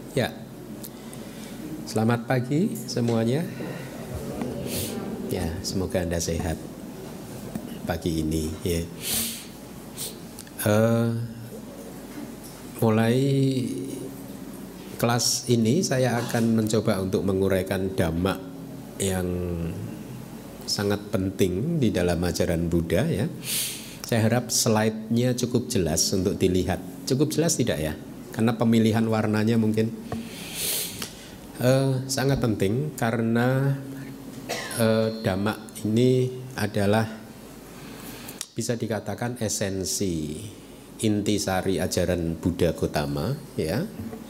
Ya, selamat pagi semuanya. Ya, semoga Anda sehat pagi ini. Ya. Mulai kelas ini saya akan mencoba untuk menguraikan dhamma yang sangat penting di dalam ajaran Buddha. Ya, saya harap slide-nya cukup jelas untuk dilihat. Cukup jelas tidak ya? Karena pemilihan warnanya mungkin sangat penting karena dhamma ini adalah bisa dikatakan esensi intisari ajaran Buddha Gautama, ya.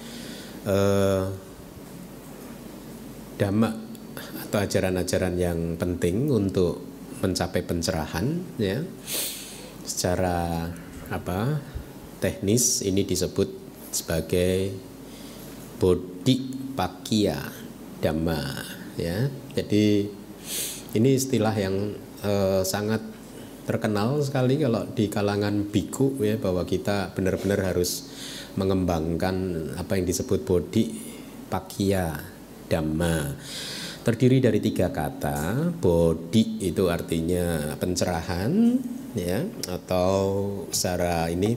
Dhamma atau ajaran-ajaran yang penting untuk mencapai pencerahan, ya. Secara teknis ini disebut sebagai Bodhipakkhya Dhamma, ya. Jadi ini istilah yang sangat terkenal sekali kalau di kalangan biku, ya, bahwa kita benar-benar harus mengembangkan apa yang disebut Bodhipakkhya Dhamma. Terdiri dari 3 kata. Bodhi itu artinya pencerahan, ya, atau secara ini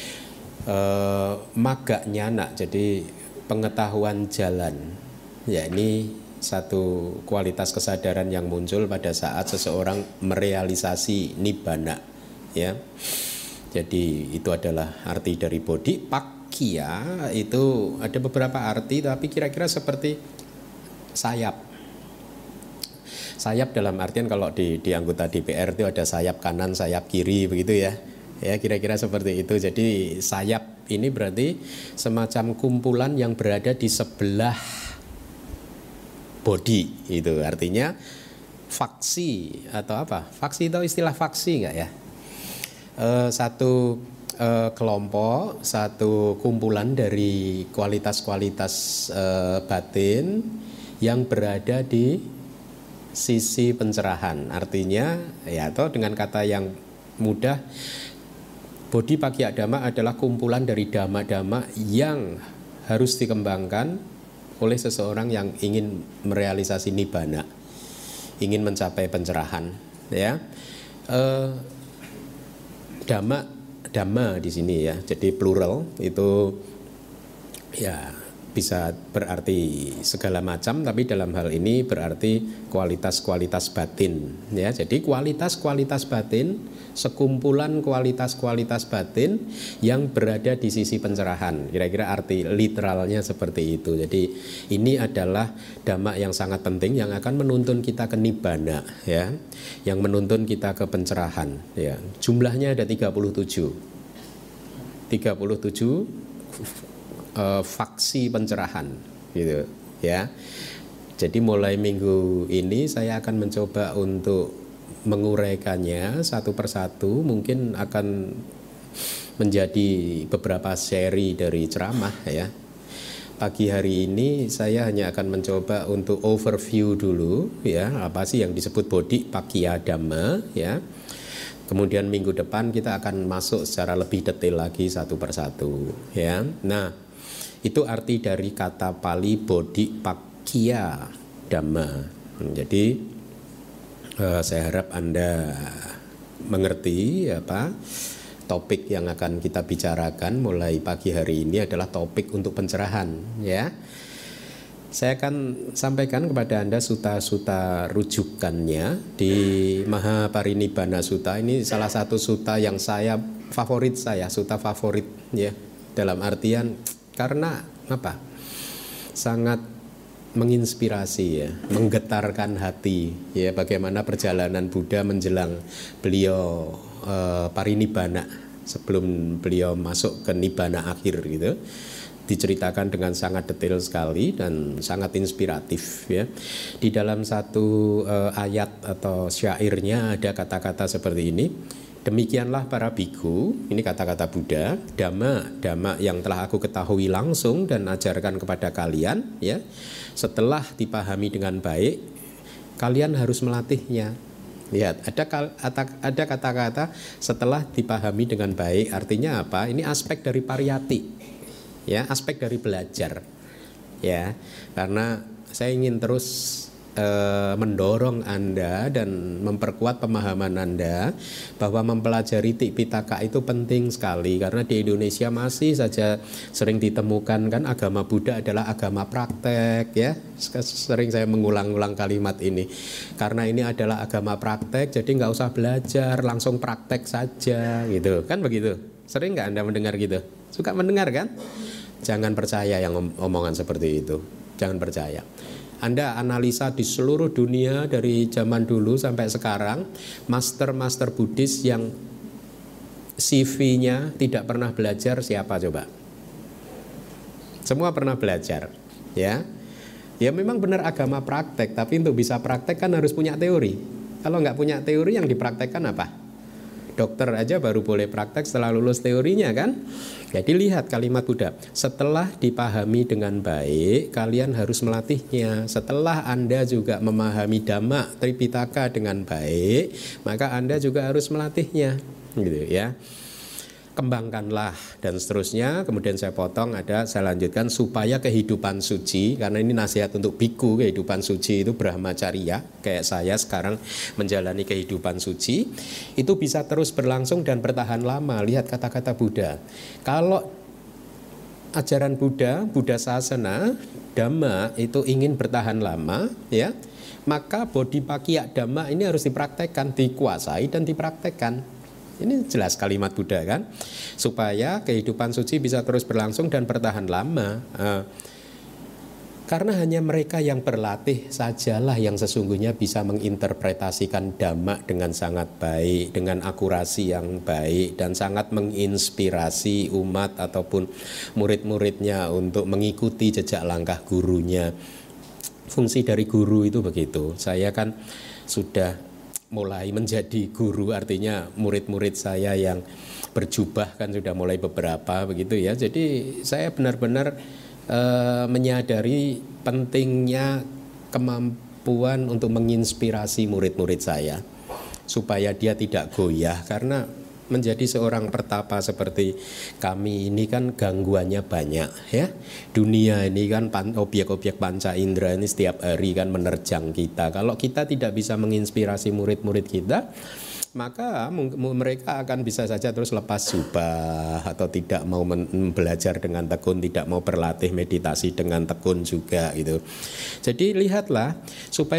magga nyana, jadi pengetahuan jalan. Ya, ini satu kualitas kesadaran yang muncul pada saat seseorang merealisasi nibbana, ya. Jadi itu adalah arti dari bodhipakkhya. Itu ada beberapa arti, tapi kira-kira seperti sayap. Sayap dalam artian kalau di anggota DPR itu ada sayap kanan, sayap kiri, begitu ya. Ya, kira-kira seperti itu. Jadi sayap ini berarti semacam kumpulan yang berada di sebelah body. Itu artinya faksi atau apa? Faksi itu istilah faksi enggak ya? Satu kelompok, satu kumpulan dari kualitas-kualitas batin yang berada di sisi pencerahan. Artinya ya, atau dengan kata yang mudah, Bodhipakkhya Dhamma adalah kumpulan dari dhamma-dhamma yang harus dikembangkan oleh seseorang yang ingin merealisasi nibbana, ingin mencapai pencerahan, ya. Dhamma di sini, ya, jadi plural itu ya bisa berarti segala macam, tapi dalam hal ini berarti kualitas-kualitas batin, ya. Jadi kualitas-kualitas batin, sekumpulan kualitas-kualitas batin yang berada di sisi pencerahan. Kira-kira arti literalnya seperti itu. Jadi ini adalah dhamma yang sangat penting yang akan menuntun kita ke nibbana, ya. Yang menuntun kita ke pencerahan, ya. Jumlahnya ada 37 faksi pencerahan, gitu, ya. Jadi mulai minggu ini saya akan mencoba untuk menguraikannya satu persatu. Mungkin akan menjadi beberapa seri dari ceramah, ya. Pagi hari ini saya hanya akan mencoba untuk overview dulu, ya, apa sih yang disebut Bodhipakkhya Dhamma, ya. Kemudian minggu depan kita akan masuk secara lebih detail lagi satu persatu, ya. Nah, itu arti dari kata Pali Bodhipakkhya Dhamma. Jadi saya harap Anda mengerti apa topik yang akan kita bicarakan mulai pagi hari ini adalah topik untuk pencerahan, ya. Saya akan sampaikan kepada Anda sutta-sutta rujukannya di Mahaparinibbana Sutta. Ini salah satu sutta yang favorit saya, sutta favorit, ya. Dalam artian karena apa? Sangat menginspirasi, ya, menggetarkan hati, ya, bagaimana perjalanan Buddha menjelang beliau parinibbana, sebelum beliau masuk ke nibbana akhir, gitu. Diceritakan dengan sangat detail sekali dan sangat inspiratif, ya. Di dalam satu ayat atau syairnya ada kata-kata seperti ini. Demikianlah para biku, ini kata-kata Buddha, dhamma yang telah aku ketahui langsung dan ajarkan kepada kalian, ya. Setelah dipahami dengan baik, kalian harus melatihnya. Lihat, ada kata-kata setelah dipahami dengan baik, artinya apa? Ini aspek dari pariyati, ya, aspek dari belajar. ya, karena saya ingin terus mendorong Anda dan memperkuat pemahaman Anda bahwa mempelajari Tipitaka itu penting sekali, karena di Indonesia masih saja sering ditemukan kan agama Buddha adalah agama praktek, ya. Sering saya mengulang-ulang kalimat ini karena ini adalah agama praktek, jadi nggak usah belajar, langsung praktek saja gitu kan, begitu. Sering nggak Anda mendengar gitu? Suka mendengar kan? Jangan percaya yang omongan seperti itu, jangan percaya. Anda analisa di seluruh dunia dari zaman dulu sampai sekarang, master-master Buddhis yang CV-nya tidak pernah belajar siapa coba? Semua pernah belajar, ya. Ya memang benar agama praktek, tapi untuk bisa praktek kan harus punya teori. Kalau nggak punya teori, yang dipraktekkan apa? Dokter aja baru boleh praktek setelah lulus teorinya kan. Jadi lihat kalimat Buddha, setelah dipahami dengan baik, kalian harus melatihnya. Setelah Anda juga memahami Dhamma Tripitaka dengan baik, maka Anda juga harus melatihnya, gitu ya. Kembangkanlah dan seterusnya. Kemudian saya potong, saya lanjutkan supaya kehidupan suci, karena ini nasihat untuk biku, kehidupan suci itu brahmacharya, kayak saya sekarang menjalani kehidupan suci, itu bisa terus berlangsung dan bertahan lama. Lihat kata-kata Buddha. Kalau ajaran Buddha Sasana, Dhamma itu ingin bertahan lama, ya, maka Bodhipakya Dhamma ini harus dipraktekkan, dikuasai dan dipraktekkan. Ini jelas kalimat Buddha kan, supaya kehidupan suci bisa terus berlangsung dan bertahan lama. Karena hanya mereka yang berlatih sajalah yang sesungguhnya bisa menginterpretasikan Dhamma dengan sangat baik, dengan akurasi yang baik, dan sangat menginspirasi umat ataupun murid-muridnya untuk mengikuti jejak langkah gurunya. Fungsi dari guru itu begitu. Saya kan sudah mulai menjadi guru, artinya murid-murid saya yang berjubah kan sudah mulai beberapa begitu ya. Jadi saya benar-benar menyadari pentingnya kemampuan untuk menginspirasi murid-murid saya supaya dia tidak goyah, karena menjadi seorang pertapa seperti kami ini kan gangguannya banyak ya. Dunia ini kan objek-objek panca indera ini setiap hari kan menerjang kita. Kalau kita tidak bisa menginspirasi murid-murid kita, maka mereka akan bisa saja terus lepas jubah atau tidak mau belajar dengan tekun, tidak mau berlatih meditasi dengan tekun juga gitu. Jadi lihatlah, supaya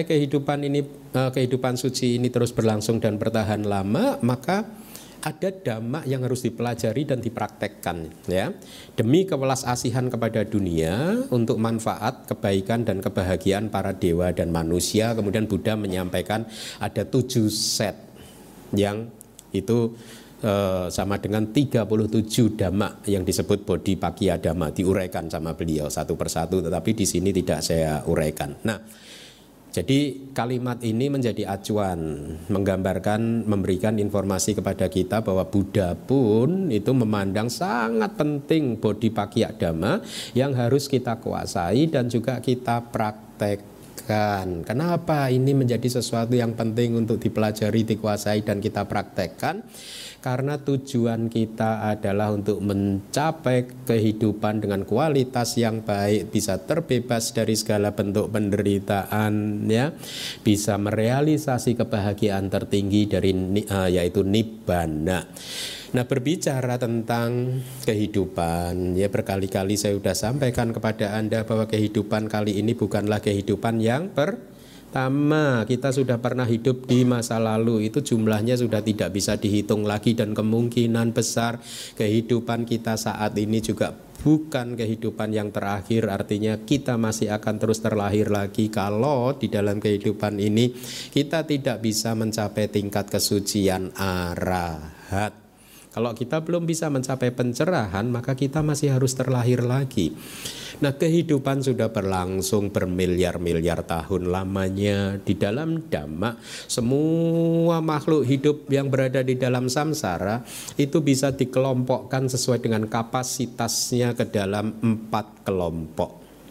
kehidupan suci ini terus berlangsung dan bertahan lama, maka ada dhamma yang harus dipelajari dan dipraktekkan ya, demi kewelas asihan kepada dunia, untuk manfaat, kebaikan dan kebahagiaan para dewa dan manusia. Kemudian Buddha menyampaikan ada 7 set yang itu sama dengan 37 dhamma yang disebut Bodhipakya Dhamma, diuraikan sama beliau satu persatu, tetapi di sini tidak saya uraikan. Nah, jadi kalimat ini menjadi acuan, menggambarkan, memberikan informasi kepada kita bahwa Buddha pun itu memandang sangat penting Bodhipakya Dhamma yang harus kita kuasai dan juga kita praktekkan. Kenapa ini menjadi sesuatu yang penting untuk dipelajari, dikuasai dan kita praktekkan? Karena tujuan kita adalah untuk mencapai kehidupan dengan kualitas yang baik, bisa terbebas dari segala bentuk penderitaan ya, bisa merealisasi kebahagiaan tertinggi yaitu nibbana. Nah, berbicara tentang kehidupan ya, berkali-kali saya sudah sampaikan kepada Anda bahwa kehidupan kali ini bukanlah kehidupan yang pertama. Kita sudah pernah hidup di masa lalu, itu jumlahnya sudah tidak bisa dihitung lagi, dan kemungkinan besar kehidupan kita saat ini juga bukan kehidupan yang terakhir. Artinya kita masih akan terus terlahir lagi kalau di dalam kehidupan ini kita tidak bisa mencapai tingkat kesucian arahat. Kalau kita belum bisa mencapai pencerahan, maka kita masih harus terlahir lagi. Nah, kehidupan sudah berlangsung bermiliar-miliar tahun lamanya di dalam Dhamma. Semua makhluk hidup yang berada di dalam samsara itu bisa dikelompokkan sesuai dengan kapasitasnya ke dalam 4 kelompok.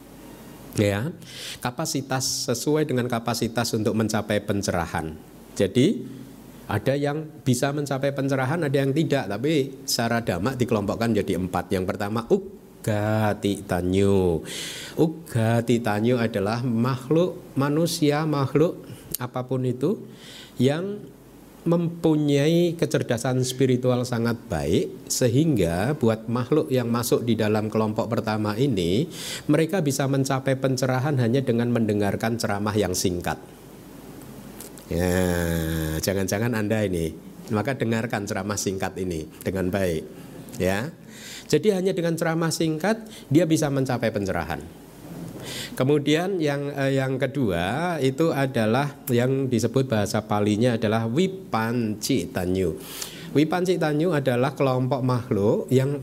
Ya, kapasitas sesuai dengan kapasitas untuk mencapai pencerahan. Jadi ada yang bisa mencapai pencerahan, ada yang tidak. Tapi secara Dhamma dikelompokkan jadi 4. Yang pertama Ugati Tanyo. Uga Titanyu adalah makhluk manusia, makhluk apapun itu yang mempunyai kecerdasan spiritual sangat baik, sehingga buat makhluk yang masuk di dalam kelompok pertama ini, mereka bisa mencapai pencerahan hanya dengan mendengarkan ceramah yang singkat. Ya, jangan-jangan Anda ini, maka dengarkan ceramah singkat ini dengan baik, ya. Jadi hanya dengan ceramah singkat dia bisa mencapai pencerahan. Kemudian yang kedua itu adalah yang disebut bahasa Palinya adalah Wipanci Tanyu. Wipanci Tanyu adalah kelompok makhluk yang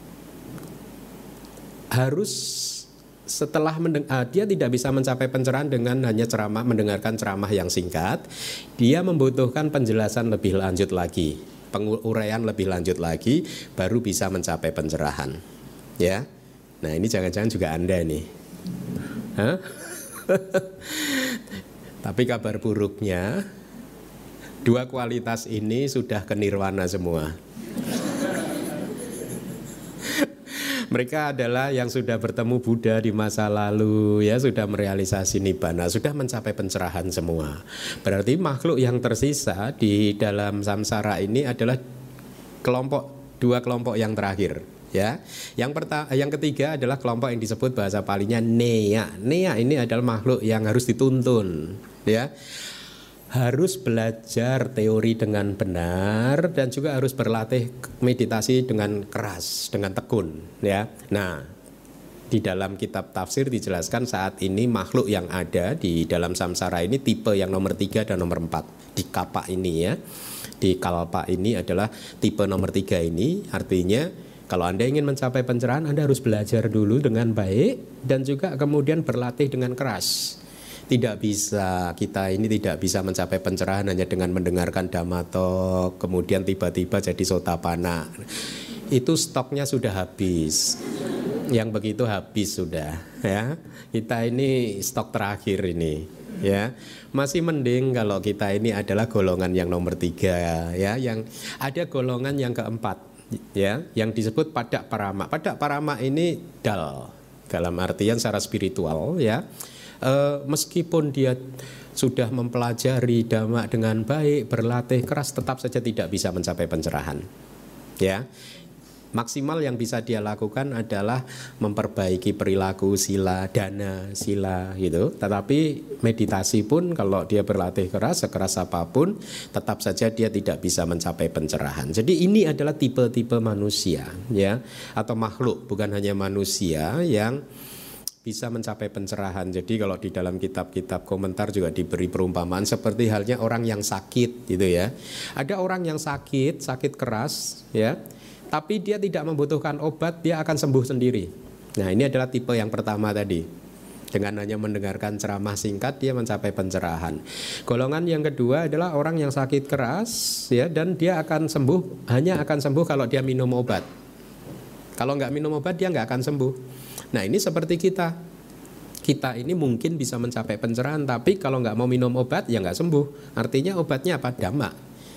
harus setelah dia tidak bisa mencapai pencerahan dengan hanya mendengarkan ceramah yang singkat. Dia membutuhkan penjelasan lebih lanjut lagi, penguraian lebih lanjut lagi, baru bisa mencapai pencerahan. Ya, nah ini jangan-jangan juga Anda nih. Hah? Tapi kabar buruknya, dua kualitas ini sudah ke nirwana semua. Mereka adalah yang sudah bertemu Buddha di masa lalu, ya, sudah merealisasi nibbana, sudah mencapai pencerahan semua. Berarti makhluk yang tersisa di dalam samsara ini adalah dua kelompok yang terakhir. Ya, yang ketiga adalah kelompok yang disebut bahasa Palinya Neya. Neya ini adalah makhluk yang harus dituntun, ya, harus belajar teori dengan benar dan juga harus berlatih meditasi dengan keras, dengan tekun, ya. Nah, di dalam kitab tafsir dijelaskan saat ini makhluk yang ada di dalam samsara ini tipe yang nomor 3 dan nomor 4 di kapa ini, ya. Di kalpa ini adalah tipe nomor 3 ini, artinya kalau Anda ingin mencapai pencerahan, Anda harus belajar dulu dengan baik dan juga kemudian berlatih dengan keras. Tidak bisa, kita ini tidak bisa mencapai pencerahan hanya dengan mendengarkan Dhammatalk, kemudian tiba-tiba jadi Sotapanna. Itu stoknya sudah habis. Yang begitu habis sudah, ya. Kita ini stok terakhir ini, ya. Masih mending kalau kita ini adalah golongan yang nomor 3, ya. Yang ada golongan yang keempat, ya, yang disebut Padak Parama. Padak Parama ini dalam artian secara spiritual, ya. Meskipun dia sudah mempelajari Dhamma dengan baik, berlatih keras, tetap saja tidak bisa mencapai pencerahan, ya. Maksimal yang bisa dia lakukan adalah memperbaiki perilaku sila, dana sila gitu. Tetapi meditasi pun kalau dia berlatih keras, sekeras apapun, tetap saja dia tidak bisa mencapai pencerahan. Jadi ini adalah tipe-tipe manusia, ya, atau makhluk, bukan hanya manusia yang bisa mencapai pencerahan. Jadi kalau di dalam kitab-kitab komentar juga diberi perumpamaan seperti halnya orang yang sakit gitu, ya. Ada orang yang sakit keras, ya, tapi dia tidak membutuhkan obat, dia akan sembuh sendiri. Nah, ini adalah tipe yang pertama tadi. Dengan hanya mendengarkan ceramah singkat dia mencapai pencerahan. Golongan yang kedua adalah orang yang sakit keras, ya, dan dia akan sembuh, hanya akan sembuh kalau dia minum obat. Kalau nggak minum obat dia nggak akan sembuh. Nah, ini seperti kita. Kita ini mungkin bisa mencapai pencerahan, tapi kalau nggak mau minum obat ya nggak sembuh. Artinya obatnya apa? Dhamma.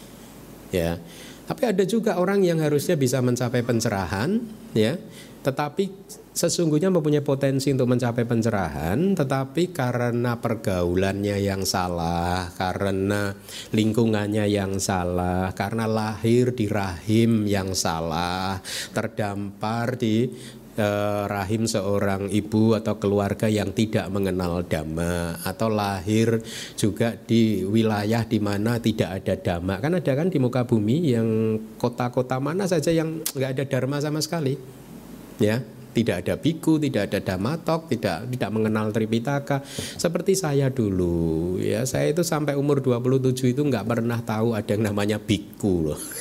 Ya. Tapi ada juga orang yang harusnya bisa mencapai pencerahan, ya, tetapi sesungguhnya mempunyai potensi untuk mencapai pencerahan, tetapi karena pergaulannya yang salah, karena lingkungannya yang salah, karena lahir di rahim yang salah, terdampar di rahim seorang ibu atau keluarga yang tidak mengenal Dhamma, atau lahir juga di wilayah di mana tidak ada Dhamma. Kan ada kan di muka bumi yang kota-kota mana saja yang nggak ada Dharma sama sekali, ya. Tidak ada biku, tidak ada Dhammatalk, tidak mengenal Tripitaka. Seperti saya dulu, ya, saya itu sampai umur 27 itu nggak pernah tahu ada yang namanya biku loh.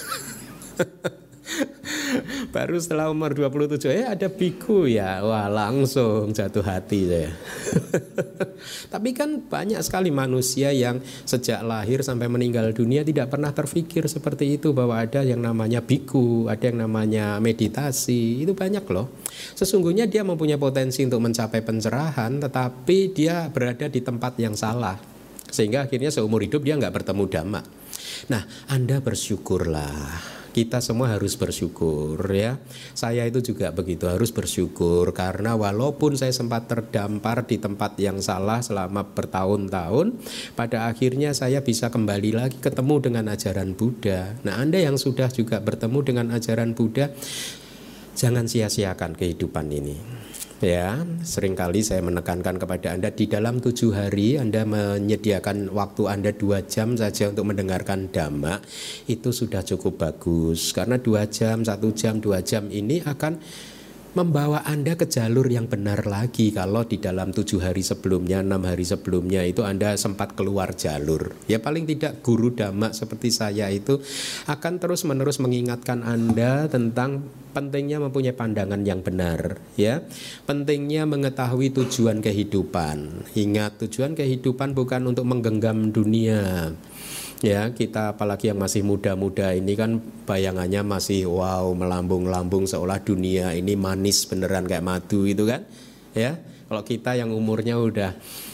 Baru setelah umur 27 ada biku, ya, wah, langsung jatuh hati saya. Tapi kan banyak sekali manusia yang sejak lahir sampai meninggal dunia tidak pernah terfikir seperti itu, bahwa ada yang namanya biku, ada yang namanya meditasi. Itu banyak loh. Sesungguhnya dia mempunyai potensi untuk mencapai pencerahan, tetapi dia berada di tempat yang salah, sehingga akhirnya seumur hidup dia nggak bertemu Dhamma. Nah, Anda bersyukurlah Kita semua harus bersyukur ya. Saya itu juga begitu, harus bersyukur karena walaupun saya sempat terdampar di tempat yang salah selama bertahun-tahun, pada akhirnya saya bisa kembali lagi ketemu dengan ajaran Buddha. Nah, Anda yang sudah juga bertemu dengan ajaran Buddha, jangan sia-siakan kehidupan ini. Ya, seringkali saya menekankan kepada Anda di dalam 7 hari Anda menyediakan waktu Anda 2 jam saja untuk mendengarkan Dhamma, itu sudah cukup bagus. Karena 2 jam, 1 jam, 2 jam ini akan membawa Anda ke jalur yang benar lagi. Kalau di dalam 7 hari sebelumnya, 6 hari sebelumnya itu Anda sempat keluar jalur, ya paling tidak guru Dhamma seperti saya itu akan terus-menerus mengingatkan Anda tentang pentingnya mempunyai pandangan yang benar, ya, pentingnya mengetahui tujuan kehidupan. Ingat, tujuan kehidupan bukan untuk menggenggam dunia. Ya, kita apalagi yang masih muda-muda ini kan bayangannya masih wow, melambung-lambung seolah dunia ini manis beneran kayak madu itu kan. Ya, kalau kita yang umurnya udah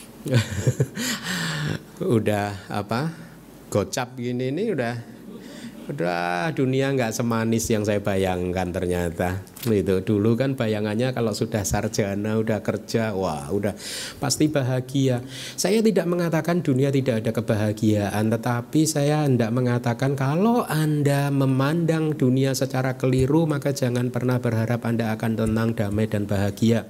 udah apa? Gocap gini ini udah dunia nggak semanis yang saya bayangkan ternyata. Itu dulu kan bayangannya kalau sudah sarjana, udah kerja, wah udah pasti bahagia. Saya tidak mengatakan dunia tidak ada kebahagiaan, tetapi saya hendak mengatakan kalau Anda memandang dunia secara keliru, maka jangan pernah berharap Anda akan tenang, damai dan bahagia.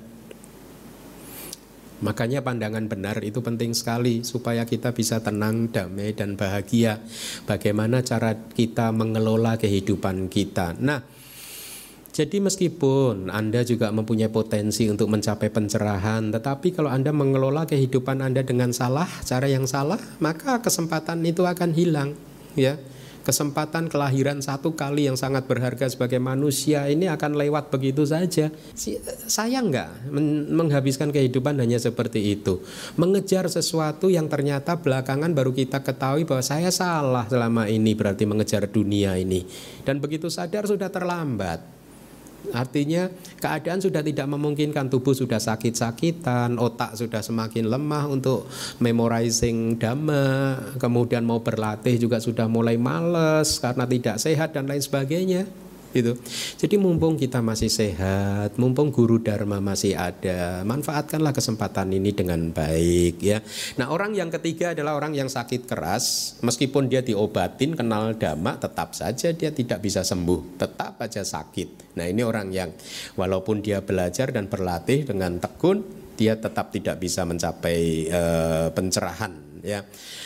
Makanya pandangan benar itu penting sekali supaya kita bisa tenang, damai dan bahagia. Bagaimana cara kita mengelola kehidupan kita. Nah, jadi meskipun Anda juga mempunyai potensi untuk mencapai pencerahan, tetapi kalau Anda mengelola kehidupan Anda dengan salah, cara yang salah, maka kesempatan itu akan hilang, ya. Kesempatan kelahiran satu kali yang sangat berharga sebagai manusia ini akan lewat begitu saja. Sayang nggak menghabiskan kehidupan hanya seperti itu, mengejar sesuatu yang ternyata belakangan baru kita ketahui bahwa saya salah selama ini, berarti mengejar dunia ini, dan begitu sadar sudah terlambat. Artinya keadaan sudah tidak memungkinkan, tubuh sudah sakit-sakitan, otak sudah semakin lemah untuk memorizing Dhamma, kemudian mau berlatih juga sudah mulai males karena tidak sehat dan lain sebagainya. Gitu. Jadi mumpung kita masih sehat, mumpung guru Dharma masih ada, manfaatkanlah kesempatan ini dengan baik, ya. Nah, orang yang ketiga adalah orang yang sakit keras, meskipun dia diobatin, kenal Dhamma, tetap saja dia tidak bisa sembuh, tetap aja sakit. Nah, ini orang yang walaupun dia belajar dan berlatih dengan tekun, dia tetap tidak bisa mencapai pencerahan, ya.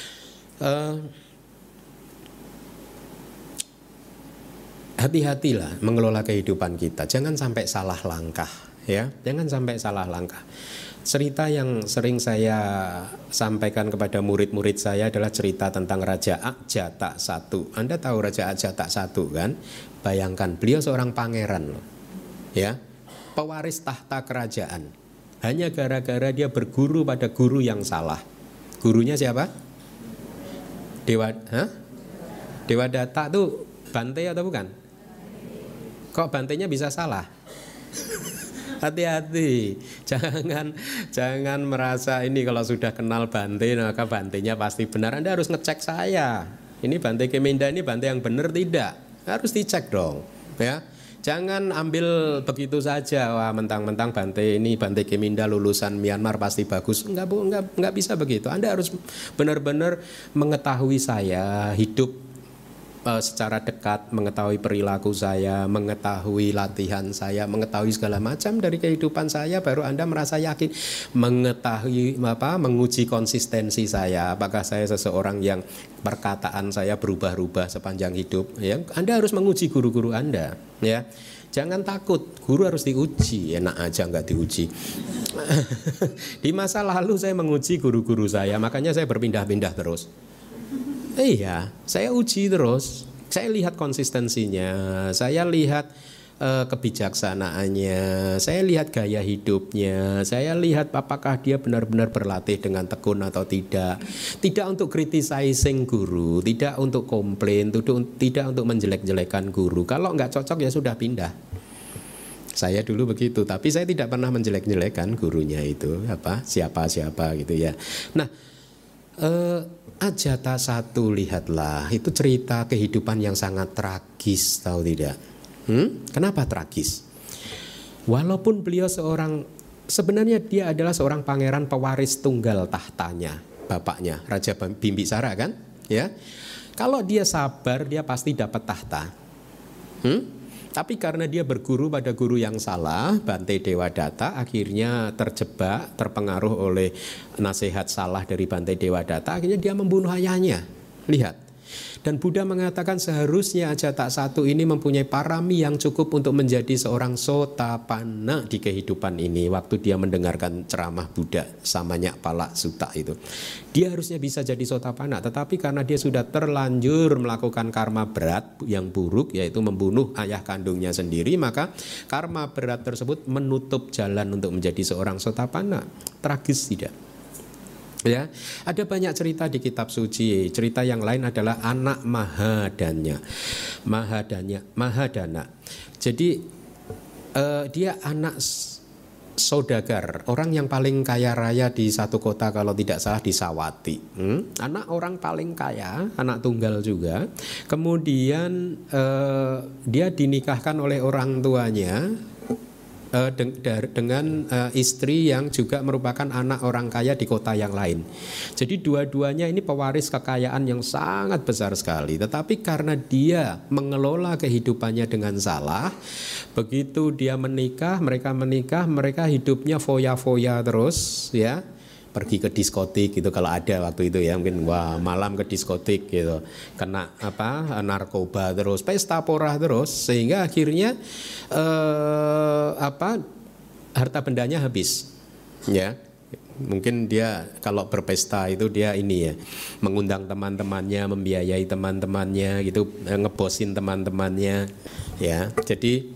Hati-hatilah mengelola kehidupan kita, jangan sampai salah langkah, ya, jangan sampai salah langkah. Cerita yang sering saya sampaikan kepada murid-murid saya adalah cerita tentang Raja Ajata I. Anda tahu Raja Ajata I kan? Bayangkan, beliau seorang pangeran loh, ya, pewaris tahta kerajaan. Hanya gara-gara dia berguru pada guru yang salah. Gurunya siapa? Dewadatta tuh Bante atau bukan? Kok bantainya bisa salah? Hati-hati, jangan merasa ini kalau sudah kenal Bante maka bantainya pasti benar. Anda harus ngecek saya. Ini Bante Keminda ini Bante yang benar tidak? Harus dicek dong, ya. Jangan ambil begitu saja, wah mentang-mentang Bante ini Bante Keminda lulusan Myanmar pasti bagus. Enggak bisa begitu. Anda harus benar-benar mengetahui saya, hidup secara dekat, mengetahui perilaku saya, mengetahui latihan saya, mengetahui segala macam dari kehidupan saya, baru Anda merasa yakin, mengetahui menguji konsistensi saya, apakah saya seseorang yang perkataan saya berubah-ubah sepanjang hidup, ya. Anda harus menguji guru-guru Anda, ya. Jangan takut, guru harus diuji, enak aja nggak diuji. Di masa lalu saya menguji guru-guru saya, makanya saya berpindah-pindah terus. Iya, saya uji terus. Saya lihat konsistensinya, saya lihat kebijaksanaannya, saya lihat gaya hidupnya, saya lihat apakah dia benar-benar berlatih dengan tekun atau tidak. Tidak untuk criticizing guru, tidak untuk komplain, tidak untuk menjelek-jelekan guru. Kalau nggak cocok ya sudah pindah. Saya dulu begitu, tapi saya tidak pernah menjelek-jelekan gurunya itu siapa gitu ya. Nah, Ajata satu, lihatlah, itu cerita kehidupan yang sangat tragis, tahu tidak? Kenapa tragis? Walaupun beliau sebenarnya dia adalah seorang pangeran pewaris tunggal tahtanya, bapaknya Raja Bimbisara kan, ya. Kalau dia sabar, dia pasti dapat tahta. Tapi karena dia berguru pada guru yang salah, Bante Dewadatta, akhirnya terjebak, terpengaruh oleh nasihat salah dari Bante Dewadatta, akhirnya dia membunuh ayahnya. Lihat. Dan Buddha mengatakan seharusnya Ajata satu ini mempunyai parami yang cukup untuk menjadi seorang sotapanna di kehidupan ini. Waktu dia mendengarkan ceramah Buddha Samanyakpala Sutta itu, dia harusnya bisa jadi sotapanna. Tetapi karena dia sudah terlanjur melakukan karma berat yang buruk, yaitu membunuh ayah kandungnya sendiri, maka karma berat tersebut menutup jalan untuk menjadi seorang sotapanna. Tragis tidak? Ya, ada banyak cerita di kitab suci. Cerita yang lain adalah anak Mahadana. Jadi dia anak saudagar, orang yang paling kaya raya di satu kota, kalau tidak salah di Sawati. Anak orang paling kaya, anak tunggal juga. Kemudian dia dinikahkan oleh orang tuanya dengan istri yang juga merupakan anak orang kaya di kota yang lain. Jadi dua-duanya ini pewaris kekayaan yang sangat besar sekali. Tetapi karena dia mengelola kehidupannya dengan salah, begitu dia menikah, mereka hidupnya foya-foya terus, ya. Pergi ke diskotik gitu kalau ada waktu itu ya, mungkin malam ke diskotik gitu, kena narkoba terus, pesta porah terus, sehingga akhirnya harta bendanya habis, ya. Mungkin dia kalau berpesta itu dia ini ya, mengundang teman-temannya, membiayai teman-temannya gitu, ngebosin teman-temannya, ya. Jadi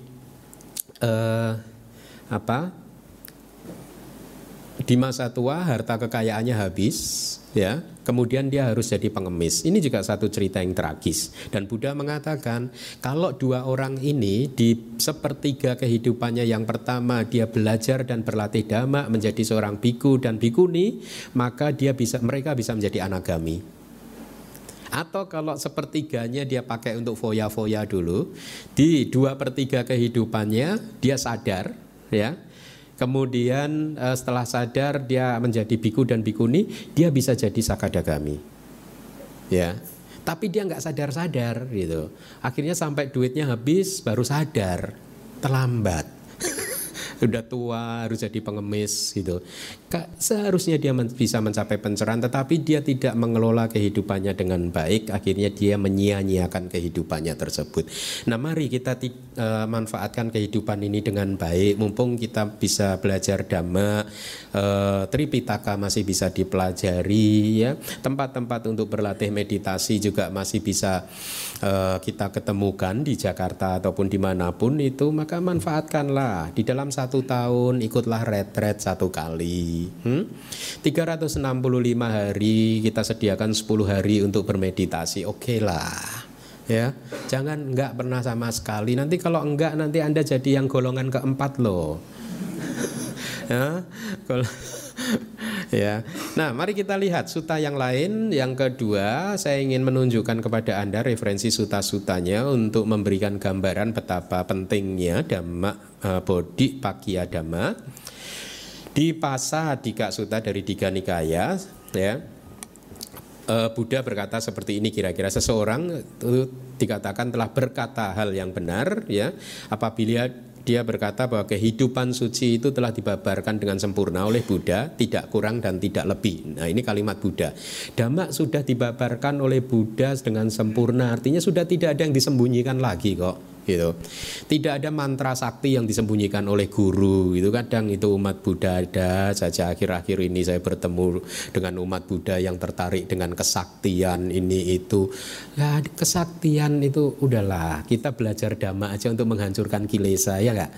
di masa tua harta kekayaannya habis, ya. Kemudian dia harus jadi pengemis. Ini juga satu cerita yang tragis. Dan Buddha mengatakan kalau dua orang ini di sepertiga kehidupannya yang pertama dia belajar dan berlatih dhamma menjadi seorang biku dan bikuni, maka mereka bisa menjadi anagami. Atau kalau sepertiganya dia pakai untuk foya-foya dulu, di 2/3 kehidupannya dia sadar, ya. Kemudian setelah sadar dia menjadi biku dan bikuni, dia bisa jadi sakadagami, ya. Tapi dia nggak sadar-sadar gitu. Akhirnya sampai duitnya habis baru sadar, terlambat. Sudah tua harus jadi pengemis gitu. Seharusnya dia bisa mencapai pencerahan, tetapi dia tidak mengelola kehidupannya dengan baik. Akhirnya dia menyia-nyiakan kehidupannya tersebut. Nah, mari kita manfaatkan kehidupan ini dengan baik. Mumpung kita bisa belajar dhamma, Tripitaka masih bisa dipelajari, ya. Tempat-tempat untuk berlatih meditasi juga masih bisa kita ketemukan di Jakarta ataupun dimanapun itu. Maka manfaatkanlah. Di dalam 1 tahun ikutlah retret 1 kali. 365 hari kita sediakan 10 hari untuk bermeditasi. Oke lah, ya. Jangan enggak pernah sama sekali. Nanti kalau enggak, nanti Anda jadi yang golongan keempat loh. Ya, ya. Nah, mari kita lihat sutta yang lain. Yang kedua, saya ingin menunjukkan kepada Anda referensi sutta-suttanya untuk memberikan gambaran betapa pentingnya Dhamma Bodhi Pakya Dhamma. Di Pasa Dika Sutta dari Diga Nikaya, ya. Buddha berkata seperti ini kira-kira, seseorang itu dikatakan telah berkata hal yang benar, ya, apabila dia berkata bahwa kehidupan suci itu telah dibabarkan dengan sempurna oleh Buddha, tidak kurang dan tidak lebih. Nah, ini kalimat Buddha. Dhamma sudah dibabarkan oleh Buddha dengan sempurna, artinya sudah tidak ada yang disembunyikan lagi kok, gitu. Tidak ada mantra sakti yang disembunyikan oleh guru. Itu kadang itu umat Buddha ada saja. Akhir-akhir ini saya bertemu dengan umat Buddha yang tertarik dengan kesaktian ini itu. Ya, kesaktian itu udahlah, kita belajar dhamma aja untuk menghancurkan kilesa, ya enggak?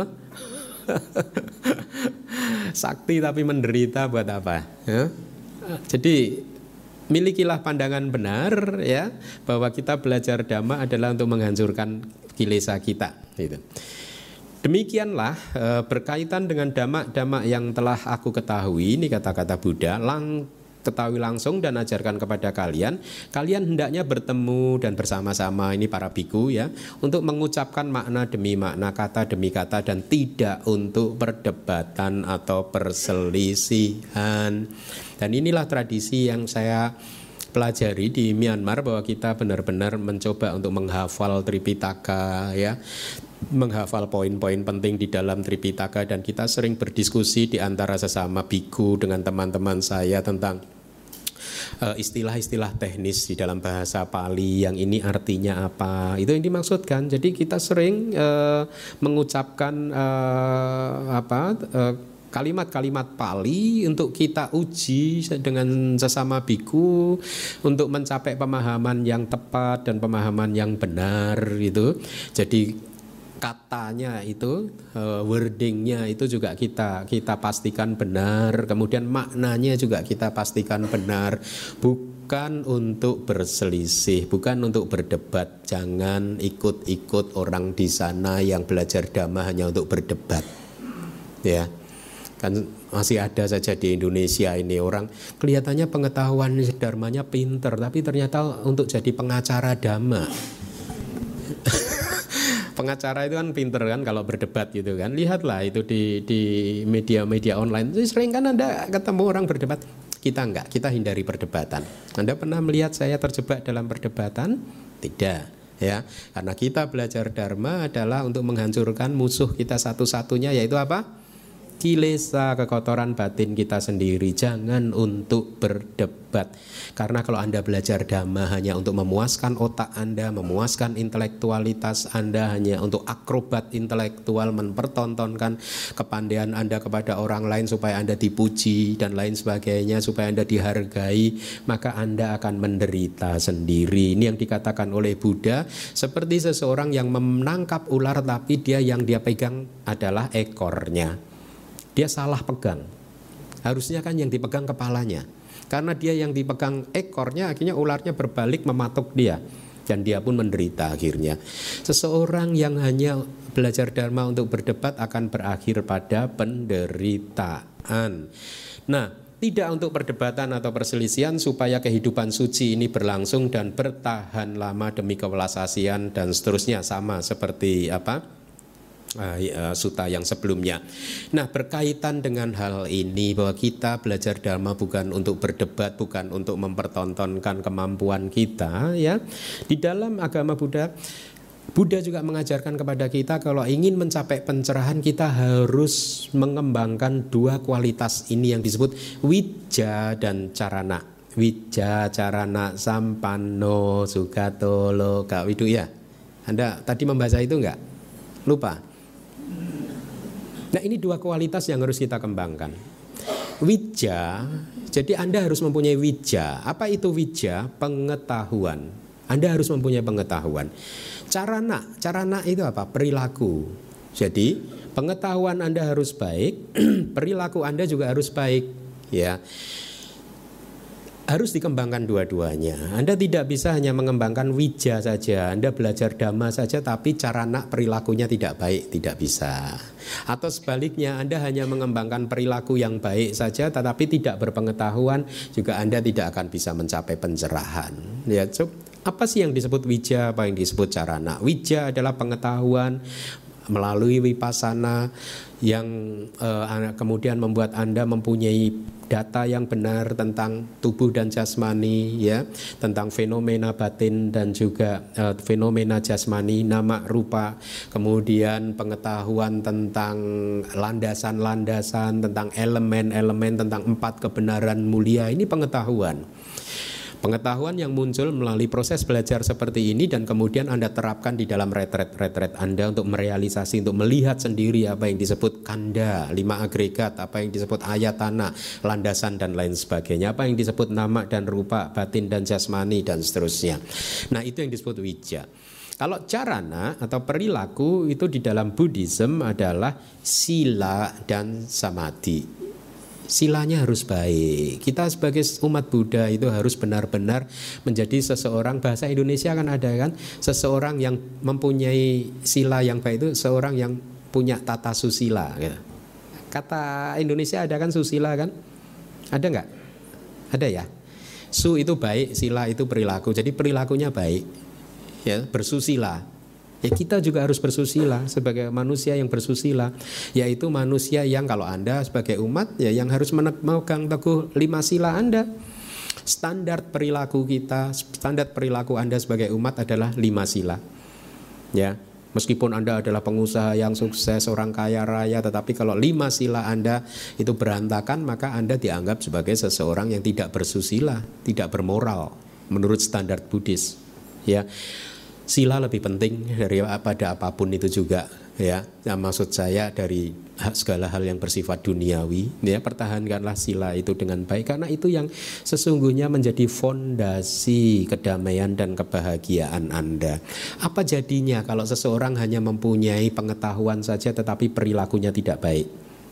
Sakti tapi menderita buat apa? Jadi milikilah pandangan benar, ya, bahwa kita belajar dhamma adalah untuk menghancurkan kilesa kita, gitu. Demikianlah berkaitan dengan dhamma yang telah aku ketahui, ini kata-kata Buddha, ketahui langsung dan ajarkan kepada kalian. Kalian hendaknya bertemu dan bersama-sama, ini para biku ya, untuk mengucapkan makna demi makna, kata demi kata, dan tidak untuk perdebatan atau perselisihan. Dan inilah tradisi yang saya pelajari di Myanmar, bahwa kita benar-benar mencoba untuk menghafal Tripitaka ya, menghafal poin-poin penting di dalam Tripitaka, dan kita sering berdiskusi di antara sesama biku dengan teman-teman saya tentang istilah-istilah teknis di dalam bahasa Pali, yang ini artinya apa, itu yang dimaksudkan. Jadi kita sering mengucapkan kalimat-kalimat Pali untuk kita uji dengan sesama biku untuk mencapai pemahaman yang tepat dan pemahaman yang benar gitu. Jadi katanya itu, wordingnya itu juga kita pastikan benar, kemudian maknanya juga kita pastikan benar, bukan untuk berselisih, bukan untuk berdebat. Jangan ikut-ikut orang di sana yang belajar dhamma hanya untuk berdebat ya. Kan masih ada saja di Indonesia ini orang kelihatannya pengetahuan dharmanya pinter, tapi ternyata untuk jadi pengacara dhamma. Pengacara itu kan pinter kan kalau berdebat gitu kan. Lihatlah itu di media-media online. Sering kan Anda ketemu orang berdebat. Kita enggak, kita hindari perdebatan. Anda pernah melihat saya terjebak dalam perdebatan? Tidak. Ya, karena kita belajar dharma adalah untuk menghancurkan musuh kita satu-satunya, yaitu apa? Kilesa, kekotoran batin kita sendiri. Jangan untuk berdebat. Karena kalau Anda belajar dhamma hanya untuk memuaskan otak Anda, memuaskan intelektualitas Anda, hanya untuk akrobat intelektual, mempertontonkan kepandaian Anda kepada orang lain supaya Anda dipuji dan lain sebagainya, supaya Anda dihargai, maka Anda akan menderita sendiri. Ini yang dikatakan oleh Buddha, seperti seseorang yang menangkap ular tapi yang dia pegang adalah ekornya. Dia salah pegang. Harusnya kan yang dipegang kepalanya. Karena dia yang dipegang ekornya, akhirnya ularnya berbalik mematuk dia. Dan dia pun menderita akhirnya. Seseorang yang hanya belajar dharma untuk berdebat akan berakhir pada penderitaan. Nah, tidak untuk perdebatan atau perselisihan, supaya kehidupan suci ini berlangsung dan bertahan lama demi kewelasasian dan seterusnya, sama seperti sutta yang sebelumnya. Nah, berkaitan dengan hal ini, bahwa kita belajar dharma bukan untuk berdebat, bukan untuk mempertontonkan kemampuan kita ya. Di dalam agama Buddha juga mengajarkan kepada kita, kalau ingin mencapai pencerahan, kita harus mengembangkan dua kualitas ini yang disebut wija dan carana. Wija, carana, sampanno, sugato, loka, widu ya. Anda tadi membaca itu enggak? Lupa? Nah, ini dua kualitas yang harus kita kembangkan. Wija, jadi Anda harus mempunyai wija. Apa itu wija? Pengetahuan. Anda harus mempunyai pengetahuan. Carana itu apa? Perilaku. Jadi pengetahuan Anda harus baik, perilaku Anda juga harus baik ya. Harus dikembangkan dua-duanya. Anda tidak bisa hanya mengembangkan wija saja. Anda belajar dhamma saja tapi carana perilakunya tidak baik, tidak bisa. Atau sebaliknya, Anda hanya mengembangkan perilaku yang baik saja tetapi tidak berpengetahuan, juga Anda tidak akan bisa mencapai pencerahan. Ya, apa sih yang disebut wija, apa yang disebut carana? Wija adalah pengetahuan melalui vipassana yang kemudian membuat Anda mempunyai data yang benar tentang tubuh dan jasmani ya, tentang fenomena batin dan juga fenomena jasmani, nama, rupa, kemudian pengetahuan tentang landasan-landasan, tentang elemen-elemen, tentang 4 kebenaran mulia. Ini pengetahuan yang muncul melalui proses belajar seperti ini, dan kemudian Anda terapkan di dalam retret Anda untuk merealisasi, untuk melihat sendiri apa yang disebut kanda, 5 agregat, apa yang disebut ayatana, landasan dan lain sebagainya, apa yang disebut nama dan rupa, batin dan jasmani dan seterusnya. Nah, itu yang disebut wija. Kalau carana atau perilaku itu di dalam Buddhism adalah sila dan samadhi. Silanya harus baik. Kita sebagai umat Buddha itu harus benar-benar menjadi seseorang, bahasa Indonesia kan ada kan, seseorang yang mempunyai sila yang baik itu seorang yang punya tata susila gitu. Kata Indonesia ada kan susila kan? Ada enggak? Ada ya? Su itu baik, sila itu perilaku. Jadi perilakunya baik. Ya, bersusila. Ya kita juga harus bersusila sebagai manusia yang bersusila, yaitu manusia yang kalau Anda sebagai umat ya yang harus memegang teguh 5 sila Anda. Standar perilaku kita, standar perilaku Anda sebagai umat adalah 5 sila. Ya, meskipun Anda adalah pengusaha yang sukses, orang kaya raya, tetapi kalau 5 sila Anda itu berantakan, maka Anda dianggap sebagai seseorang yang tidak bersusila, tidak bermoral menurut standar Buddhis. Ya, sila lebih penting daripada apapun itu juga. Ya, maksud saya dari segala hal yang bersifat duniawi, ya pertahankanlah sila itu dengan baik karena itu yang sesungguhnya menjadi fondasi kedamaian dan kebahagiaan Anda. Apa jadinya kalau seseorang hanya mempunyai pengetahuan saja tetapi perilakunya tidak baik?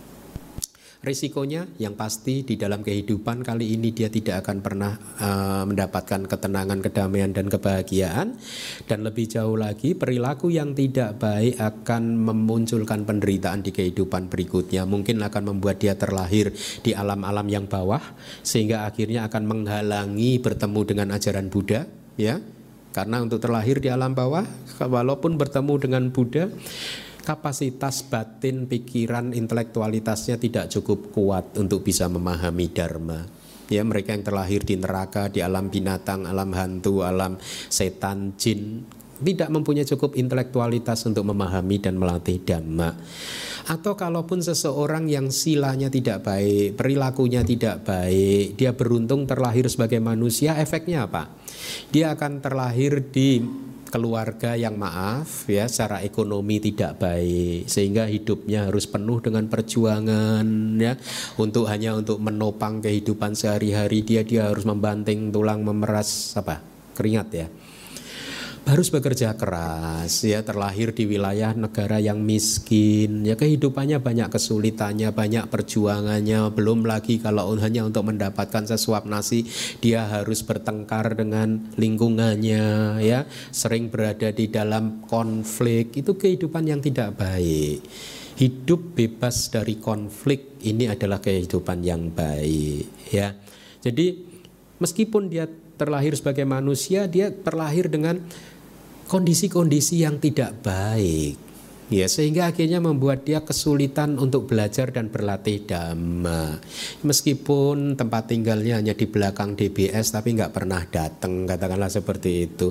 Risikonya yang pasti di dalam kehidupan kali ini dia tidak akan pernah mendapatkan ketenangan, kedamaian dan kebahagiaan. Dan lebih jauh lagi perilaku yang tidak baik akan memunculkan penderitaan di kehidupan berikutnya. Mungkin akan membuat dia terlahir di alam-alam yang bawah sehingga akhirnya akan menghalangi bertemu dengan ajaran Buddha, ya. Karena untuk terlahir di alam bawah walaupun bertemu dengan Buddha, kapasitas batin, pikiran, intelektualitasnya tidak cukup kuat untuk bisa memahami dharma. Ya, mereka yang terlahir di neraka, di alam binatang, alam hantu, alam setan, jin, tidak mempunyai cukup intelektualitas untuk memahami dan melatih dhamma. Atau kalaupun seseorang yang silanya tidak baik, perilakunya tidak baik, dia beruntung terlahir sebagai manusia, efeknya apa? Dia akan terlahir di keluarga yang maaf ya, secara ekonomi tidak baik sehingga hidupnya harus penuh dengan perjuangan ya, hanya untuk menopang kehidupan sehari-hari dia harus membanting tulang, memeras keringat ya. Harus bekerja keras ya, terlahir di wilayah negara yang miskin ya, kehidupannya banyak kesulitannya, banyak perjuangannya, belum lagi kalau hanya untuk mendapatkan sesuap nasi dia harus bertengkar dengan lingkungannya ya, sering berada di dalam konflik. Itu kehidupan yang tidak baik. Hidup bebas dari konflik ini adalah kehidupan yang baik ya. Jadi meskipun dia terlahir sebagai manusia, dia terlahir dengan kondisi-kondisi yang tidak baik ya, sehingga akhirnya membuat dia kesulitan untuk belajar dan berlatih dhamma. Meskipun tempat tinggalnya hanya di belakang DBS tapi nggak pernah datang, katakanlah seperti itu.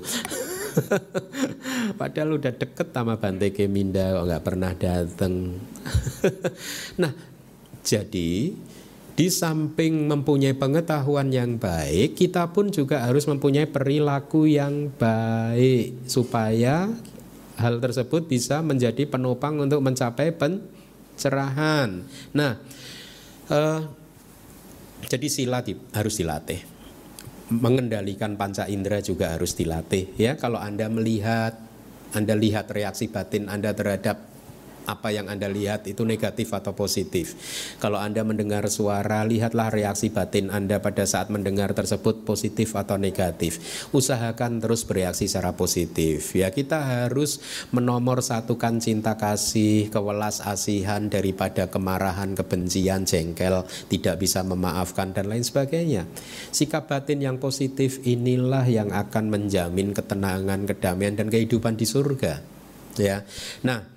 Padahal udah deket sama Bante Keminda kok nggak pernah datang. Nah, jadi di samping mempunyai pengetahuan yang baik, kita pun juga harus mempunyai perilaku yang baik supaya hal tersebut bisa menjadi penopang untuk mencapai pencerahan. Nah, jadi sila harus dilatih. Mengendalikan panca indera juga harus dilatih ya. Kalau Anda lihat reaksi batin Anda terhadap apa yang Anda lihat itu negatif atau positif. Kalau Anda mendengar suara, lihatlah reaksi batin Anda pada saat mendengar tersebut positif atau negatif. Usahakan terus bereaksi secara positif. Ya, kita harus menomorsatukan cinta kasih, kewelas asihan daripada kemarahan, kebencian, jengkel, tidak bisa memaafkan dan lain sebagainya. Sikap batin yang positif inilah yang akan menjamin ketenangan, kedamaian dan kehidupan di surga. Ya. Nah,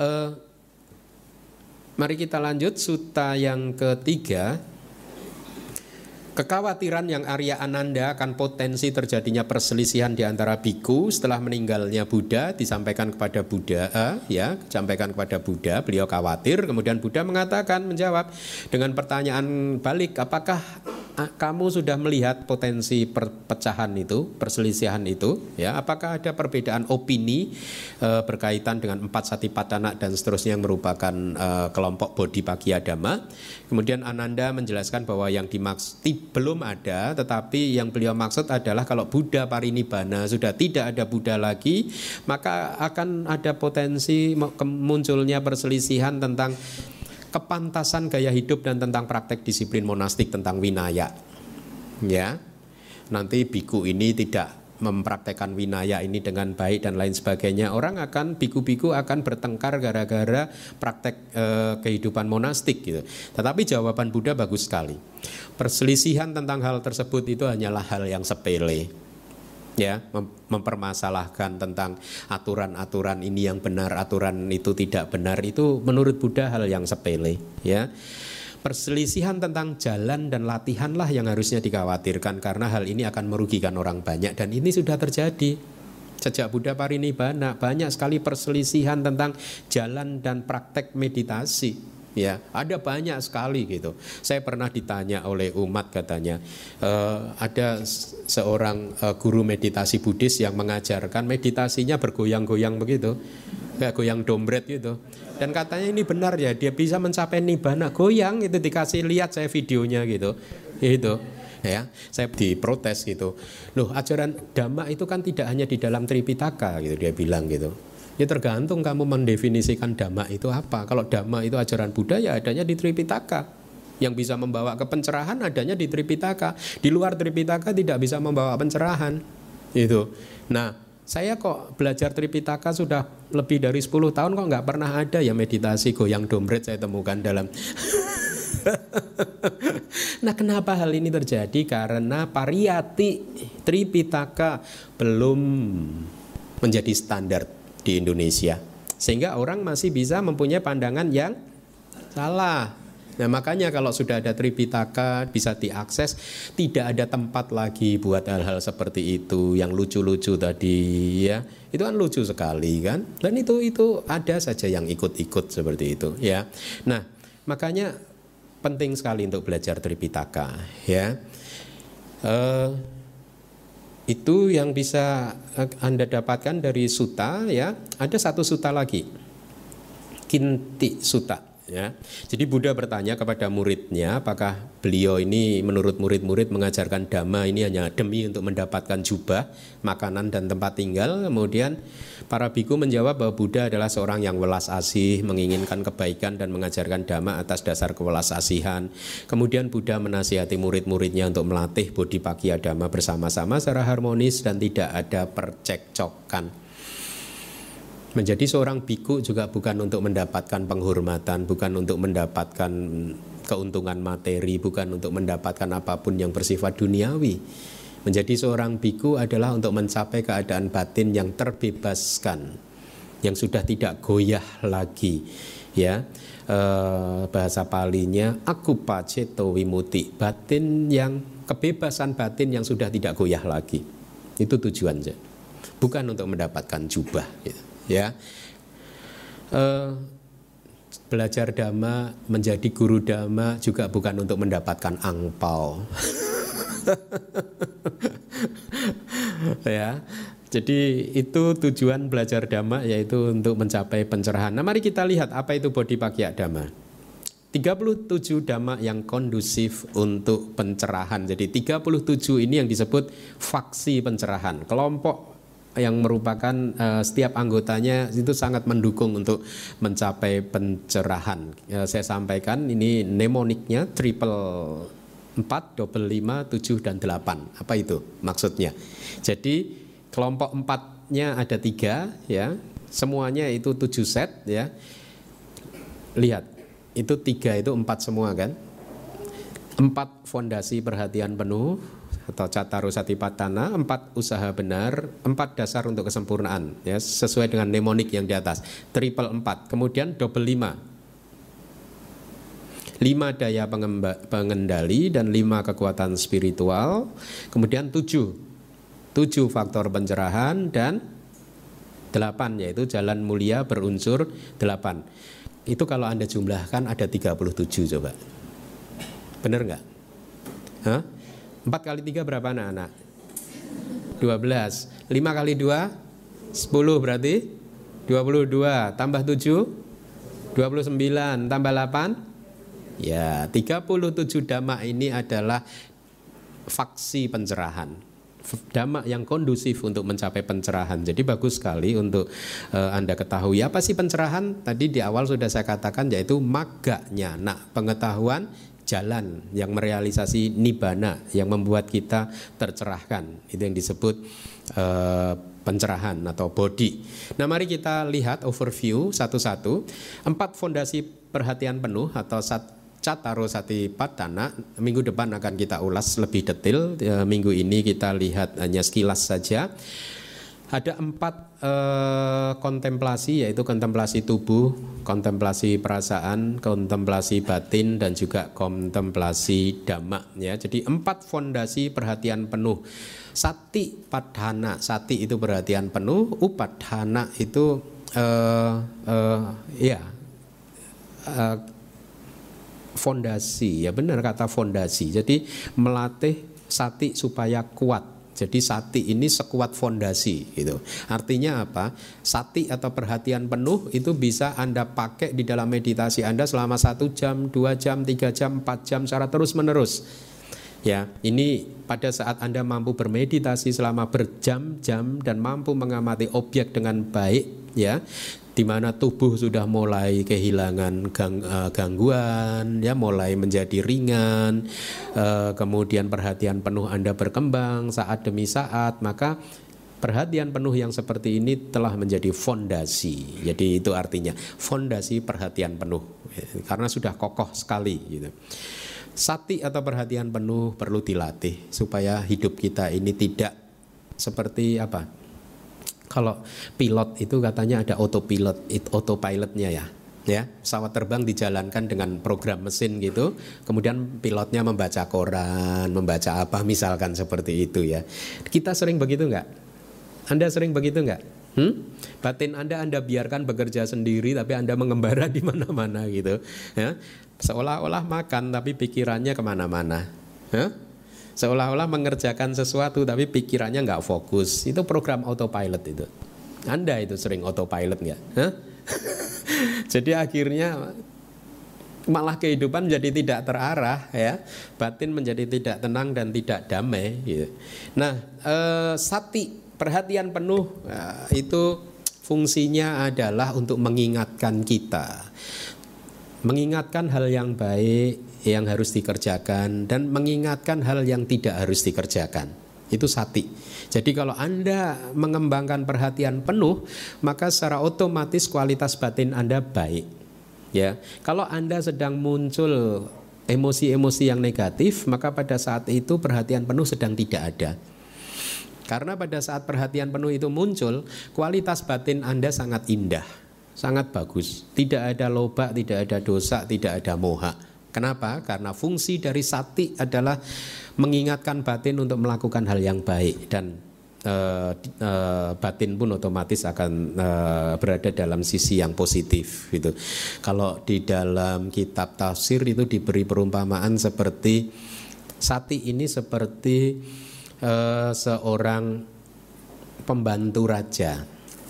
mari kita lanjut sutta yang ketiga. Kekhawatiran yang Arya Ananda akan potensi terjadinya perselisihan di antara biku setelah meninggalnya Buddha disampaikan kepada Buddha, disampaikan kepada Buddha. Beliau khawatir, kemudian Buddha menjawab dengan pertanyaan balik, apakah kamu sudah melihat potensi perpecahan itu, perselisihan itu, ya? Apakah ada perbedaan opini berkaitan dengan 4 satipatthana dan seterusnya yang merupakan kelompok Bodhipagya Dhamma? Kemudian Ananda menjelaskan bahwa yang dimaksud belum ada, tetapi yang beliau maksud adalah kalau Buddha parinibbana sudah tidak ada Buddha lagi, maka akan ada potensi munculnya perselisihan tentang kepantasan gaya hidup dan tentang praktek disiplin monastik, tentang winaya. Ya, nanti biku ini tidak mempraktekkan winaya ini dengan baik dan lain sebagainya, orang akan biku-biku akan bertengkar gara-gara praktek kehidupan monastik gitu. Tetapi jawaban Buddha bagus sekali. Perselisihan tentang hal tersebut itu hanyalah hal yang sepele. Ya, mempermasalahkan tentang aturan-aturan ini yang benar, aturan itu tidak benar, itu menurut Buddha hal yang sepele, ya. Perselisihan tentang jalan dan latihanlah yang harusnya dikhawatirkan, karena hal ini akan merugikan orang banyak, dan ini sudah terjadi. Sejak Buddha Parinibbana banyak sekali perselisihan tentang jalan dan praktek meditasi. Ya, ada banyak sekali gitu. Saya pernah ditanya oleh umat, katanya ada seorang guru meditasi Buddhis yang mengajarkan meditasinya bergoyang-goyang begitu, kayak goyang dombret gitu. Dan katanya ini benar ya, dia bisa mencapai nibbana goyang, itu dikasih lihat saya videonya gitu. Itu ya, saya diprotes gitu. Loh, ajaran Dhamma itu kan tidak hanya di dalam Tripitaka gitu, dia bilang gitu. Ya tergantung kamu mendefinisikan Dhamma itu apa. Kalau Dhamma itu ajaran Buddha, ya adanya di Tripitaka. Yang bisa membawa ke pencerahan adanya di Tripitaka. Di luar Tripitaka tidak bisa membawa pencerahan. Itu. Nah, saya kok belajar Tripitaka sudah lebih dari 10 tahun kok nggak pernah ada ya meditasi goyang dombret saya temukan dalam. Nah, kenapa hal ini terjadi? Karena pariyati Tripitaka belum menjadi standar di Indonesia, sehingga orang masih bisa mempunyai pandangan yang salah. Nah, makanya kalau sudah ada Tripitaka bisa diakses, tidak ada tempat lagi buat hal-hal seperti itu yang lucu-lucu tadi ya. Itu kan lucu sekali kan. Dan itu ada saja yang ikut-ikut seperti itu ya. Nah, makanya penting sekali untuk belajar Tripitaka ya. Itu yang bisa Anda dapatkan dari sutta ya. Ada satu sutta lagi, Kinti Sutta ya. Jadi Buddha bertanya kepada muridnya, apakah beliau ini menurut murid-murid mengajarkan Dhamma ini hanya demi untuk mendapatkan jubah, makanan dan tempat tinggal. Kemudian para biku menjawab bahwa Buddha adalah seorang yang welas asih, menginginkan kebaikan dan mengajarkan Dhamma atas dasar kewelas asihan. Kemudian Buddha menasihati murid-muridnya untuk melatih Bodhipakya Dhamma bersama-sama secara harmonis dan tidak ada percekcokan. Menjadi seorang biku juga bukan untuk mendapatkan penghormatan, bukan untuk mendapatkan keuntungan materi, bukan untuk mendapatkan apapun yang bersifat duniawi. Menjadi seorang biku adalah untuk mencapai keadaan batin yang terbebaskan, yang sudah tidak goyah lagi. Ya, bahasa Palinya akupaceto wimuti, batin yang kebebasan batin yang sudah tidak goyah lagi. Itu tujuannya, bukan untuk mendapatkan jubah. Gitu. Ya, belajar Dhamma, menjadi guru Dhamma juga bukan untuk mendapatkan angpau. Ya, jadi itu tujuan belajar Dhamma, yaitu untuk mencapai pencerahan. Nah, mari kita lihat apa itu Bodhipakya Dhamma. 37 Dhamma yang kondusif untuk pencerahan. Jadi 37 ini yang disebut faksi pencerahan, kelompok yang merupakan setiap anggotanya itu sangat mendukung untuk mencapai pencerahan. Saya sampaikan ini mnemoniknya triple 4, double 5, 7 dan 8. Apa itu maksudnya? Jadi kelompok 4-nya ada 3 ya. Semuanya itu 7 set ya. Lihat, itu 3 itu 4 semua kan? 4 fondasi perhatian penuh atau Cattaro Satipatthana, 4 usaha benar, 4 dasar untuk kesempurnaan ya, sesuai dengan mnemonik yang di atas. Triple 4, kemudian double 5, 5 daya pengendali dan 5 kekuatan spiritual, kemudian 7 faktor pencerahan, dan 8 yaitu jalan mulia berunsur 8. Itu kalau Anda jumlahkan ada 37 coba. Benar nggak? Hah? 4 kali 3 berapa anak-anak? 12. 5 kali 2 10 berarti 22. Tambah 7 29. Tambah 8 ya 37 Dhamma ini adalah faksi pencerahan, Dhamma yang kondusif untuk mencapai pencerahan. Jadi bagus sekali untuk Anda ketahui apa sih pencerahan. Tadi di awal sudah saya katakan, yaitu magga nyana, pengetahuan jalan yang merealisasi nibbana, yang membuat kita tercerahkan. Itu yang disebut pencerahan atau bodi. Nah, mari kita lihat overview satu-satu. 4 fondasi perhatian penuh atau Cattaro Satipatthana. Minggu depan akan kita ulas lebih detail. Minggu ini kita lihat hanya sekilas saja. Ada 4 kontemplasi, yaitu kontemplasi tubuh, kontemplasi perasaan, kontemplasi batin, dan juga kontemplasi dhamma. Ya, jadi 4 fondasi perhatian penuh. Satipatthana, sati itu perhatian penuh, upadhana itu fondasi, ya benar kata fondasi. Jadi melatih sati supaya kuat. Jadi sati ini sekuat fondasi gitu. Artinya apa? Sati atau perhatian penuh itu bisa Anda pakai di dalam meditasi Anda selama 1 jam, 2 jam, 3 jam, 4 jam secara terus-menerus. Ya, ini pada saat Anda mampu bermeditasi selama berjam-jam dan mampu mengamati objek dengan baik, ya, di mana tubuh sudah mulai kehilangan gangguan, ya, mulai menjadi ringan, kemudian perhatian penuh Anda berkembang saat demi saat, maka perhatian penuh yang seperti ini telah menjadi fondasi. Jadi itu artinya fondasi perhatian penuh, karena sudah kokoh sekali gitu. Sati atau perhatian penuh perlu dilatih supaya hidup kita ini tidak seperti apa? Kalau pilot itu katanya ada autopilotnya ya. Ya, pesawat terbang dijalankan dengan program mesin gitu. Kemudian pilotnya membaca koran, membaca apa misalkan seperti itu ya. Kita sering begitu enggak? Anda sering begitu enggak? Batin Anda biarkan bekerja sendiri, tapi Anda mengembara di mana-mana gitu, ya. Seolah-olah makan, tapi pikirannya kemana-mana, ya? Seolah-olah mengerjakan sesuatu, tapi pikirannya nggak fokus. Itu program autopilot itu. Anda itu sering autopilot nggak? Jadi akhirnya malah kehidupan menjadi tidak terarah, ya. Batin menjadi tidak tenang dan tidak damai gitu. Nah, sati, perhatian penuh, itu fungsinya adalah untuk mengingatkan kita, mengingatkan hal yang baik yang harus dikerjakan dan mengingatkan hal yang tidak harus dikerjakan. Itu sati. Jadi kalau Anda mengembangkan perhatian penuh, maka secara otomatis kualitas batin Anda baik. Ya, kalau Anda sedang muncul emosi-emosi yang negatif, maka pada saat itu perhatian penuh sedang tidak ada. Karena pada saat perhatian penuh itu muncul, kualitas batin Anda sangat indah, sangat bagus. Tidak ada loba, tidak ada dosa, tidak ada moha. Kenapa? Karena fungsi dari sati adalah mengingatkan batin untuk melakukan hal yang baik, dan batin pun otomatis akan berada dalam sisi yang positif gitu. Kalau di dalam kitab tafsir itu diberi perumpamaan seperti sati ini seperti seorang pembantu raja.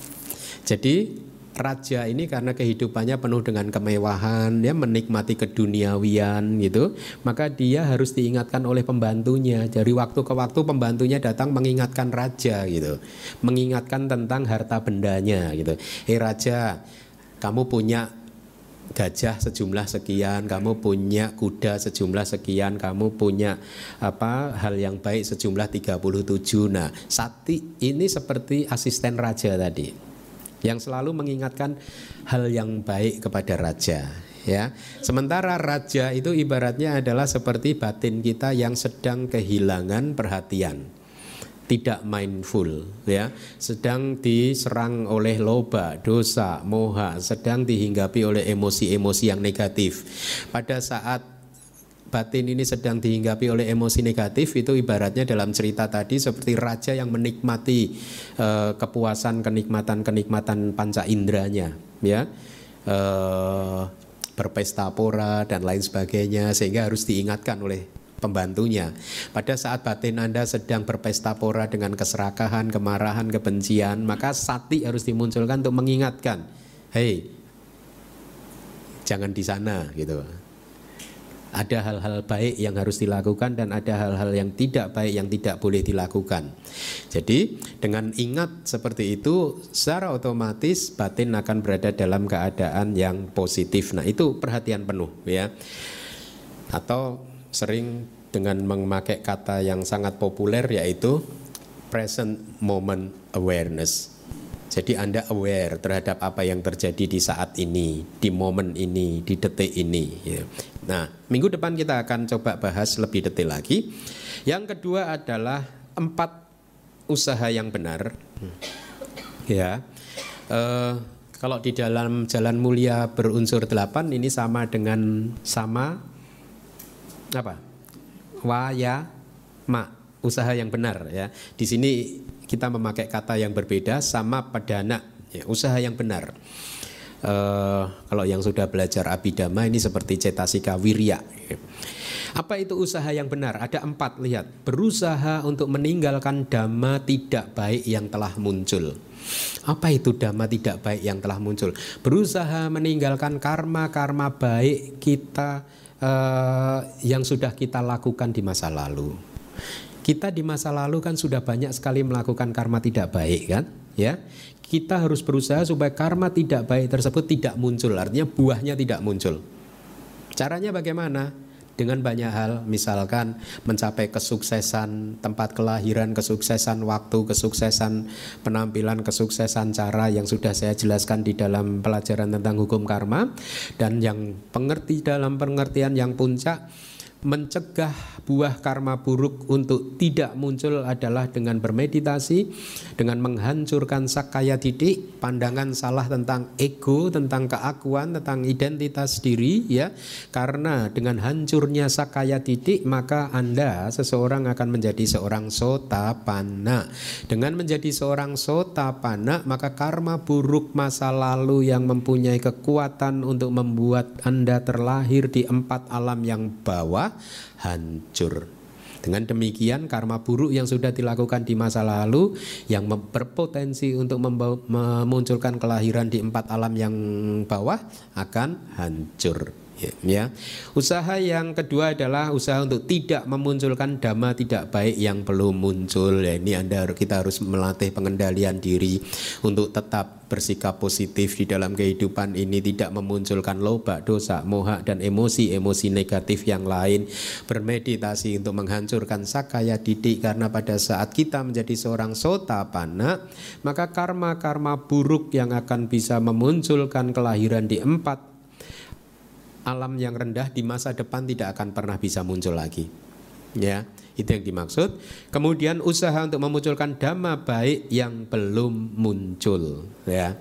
Jadi raja ini karena kehidupannya penuh dengan kemewahan, dia menikmati keduniawian gitu, maka dia harus diingatkan oleh pembantunya. Dari waktu ke waktu pembantunya datang mengingatkan raja gitu, mengingatkan tentang harta bendanya gitu. Raja, kamu punya gajah sejumlah sekian, kamu punya kuda sejumlah sekian, kamu punya hal yang baik sejumlah 37. Nah, sati ini seperti asisten raja tadi, yang selalu mengingatkan hal yang baik kepada raja, ya. Sementara raja itu ibaratnya adalah seperti batin kita yang sedang kehilangan perhatian, tidak mindful, ya, sedang diserang oleh loba, dosa, moha, sedang dihinggapi oleh emosi-emosi yang negatif. Pada saat batin ini sedang dihinggapi oleh emosi negatif, itu ibaratnya dalam cerita tadi seperti raja yang menikmati kepuasan, kenikmatan panca inderanya, ya, berpesta pora dan lain sebagainya, sehingga harus diingatkan oleh pembantunya. Pada saat batin Anda sedang berpesta pora dengan keserakahan, kemarahan, kebencian, maka sati harus dimunculkan untuk mengingatkan, hei, jangan di sana gitu. Ada hal-hal baik yang harus dilakukan dan ada hal-hal yang tidak baik yang tidak boleh dilakukan. Jadi dengan ingat seperti itu, secara otomatis batin akan berada dalam keadaan yang positif. Nah, itu perhatian penuh, ya. Atau sering dengan memakai kata yang sangat populer yaitu present moment awareness. Jadi Anda aware terhadap apa yang terjadi di saat ini, di momen ini, di detik ini ya. Nah, minggu depan kita akan coba bahas lebih detail lagi. Yang kedua adalah 4 usaha yang benar ya. Kalau di dalam jalan mulia berunsur 8 ini sama dengan apa? Wayama, usaha yang benar ya. Di sini kita memakai kata yang berbeda, sama padana ya, usaha yang benar. Kalau yang sudah belajar Abhidhamma ini seperti cetasika wirya. Apa itu usaha yang benar? Ada 4, lihat. Berusaha untuk meninggalkan dhamma tidak baik yang telah muncul. Apa itu dhamma tidak baik yang telah muncul? Berusaha meninggalkan karma-karma baik kita yang sudah kita lakukan di masa lalu. Kita di masa lalu kan sudah banyak sekali melakukan karma tidak baik kan, ya. Kita harus berusaha supaya karma tidak baik tersebut tidak muncul, artinya buahnya tidak muncul. Caranya bagaimana? Dengan banyak hal, misalkan mencapai kesuksesan tempat kelahiran, kesuksesan waktu, kesuksesan penampilan, kesuksesan cara yang sudah saya jelaskan di dalam pelajaran tentang hukum karma. Dan yang dalam pengertian yang puncak, mencegah buah karma buruk untuk tidak muncul adalah dengan bermeditasi, dengan menghancurkan sakkaya didik, pandangan salah tentang ego, tentang keakuan, tentang identitas diri ya. Karena dengan hancurnya sakkaya didik, maka Anda seseorang akan menjadi seorang sotapanna. Dengan menjadi seorang sotapanna, maka karma buruk masa lalu yang mempunyai kekuatan untuk membuat Anda terlahir di 4 alam yang bawah hancur. Dengan demikian karma buruk yang sudah dilakukan di masa lalu yang berpotensi untuk memunculkan kelahiran di 4 alam yang bawah akan hancur ya. Usaha yang kedua adalah usaha untuk tidak memunculkan dhamma tidak baik yang belum muncul ya. Ini kita harus melatih pengendalian diri untuk tetap bersikap positif di dalam kehidupan ini, tidak memunculkan loba, dosa, moha dan emosi-emosi negatif yang lain. Bermeditasi untuk menghancurkan sakkaya didik, karena pada saat kita menjadi seorang sotapanna, maka karma-karma buruk yang akan bisa memunculkan kelahiran di 4 alam yang rendah di masa depan tidak akan pernah bisa muncul lagi. Ya, itu yang dimaksud. Kemudian usaha untuk memunculkan dhamma baik yang belum muncul, ya.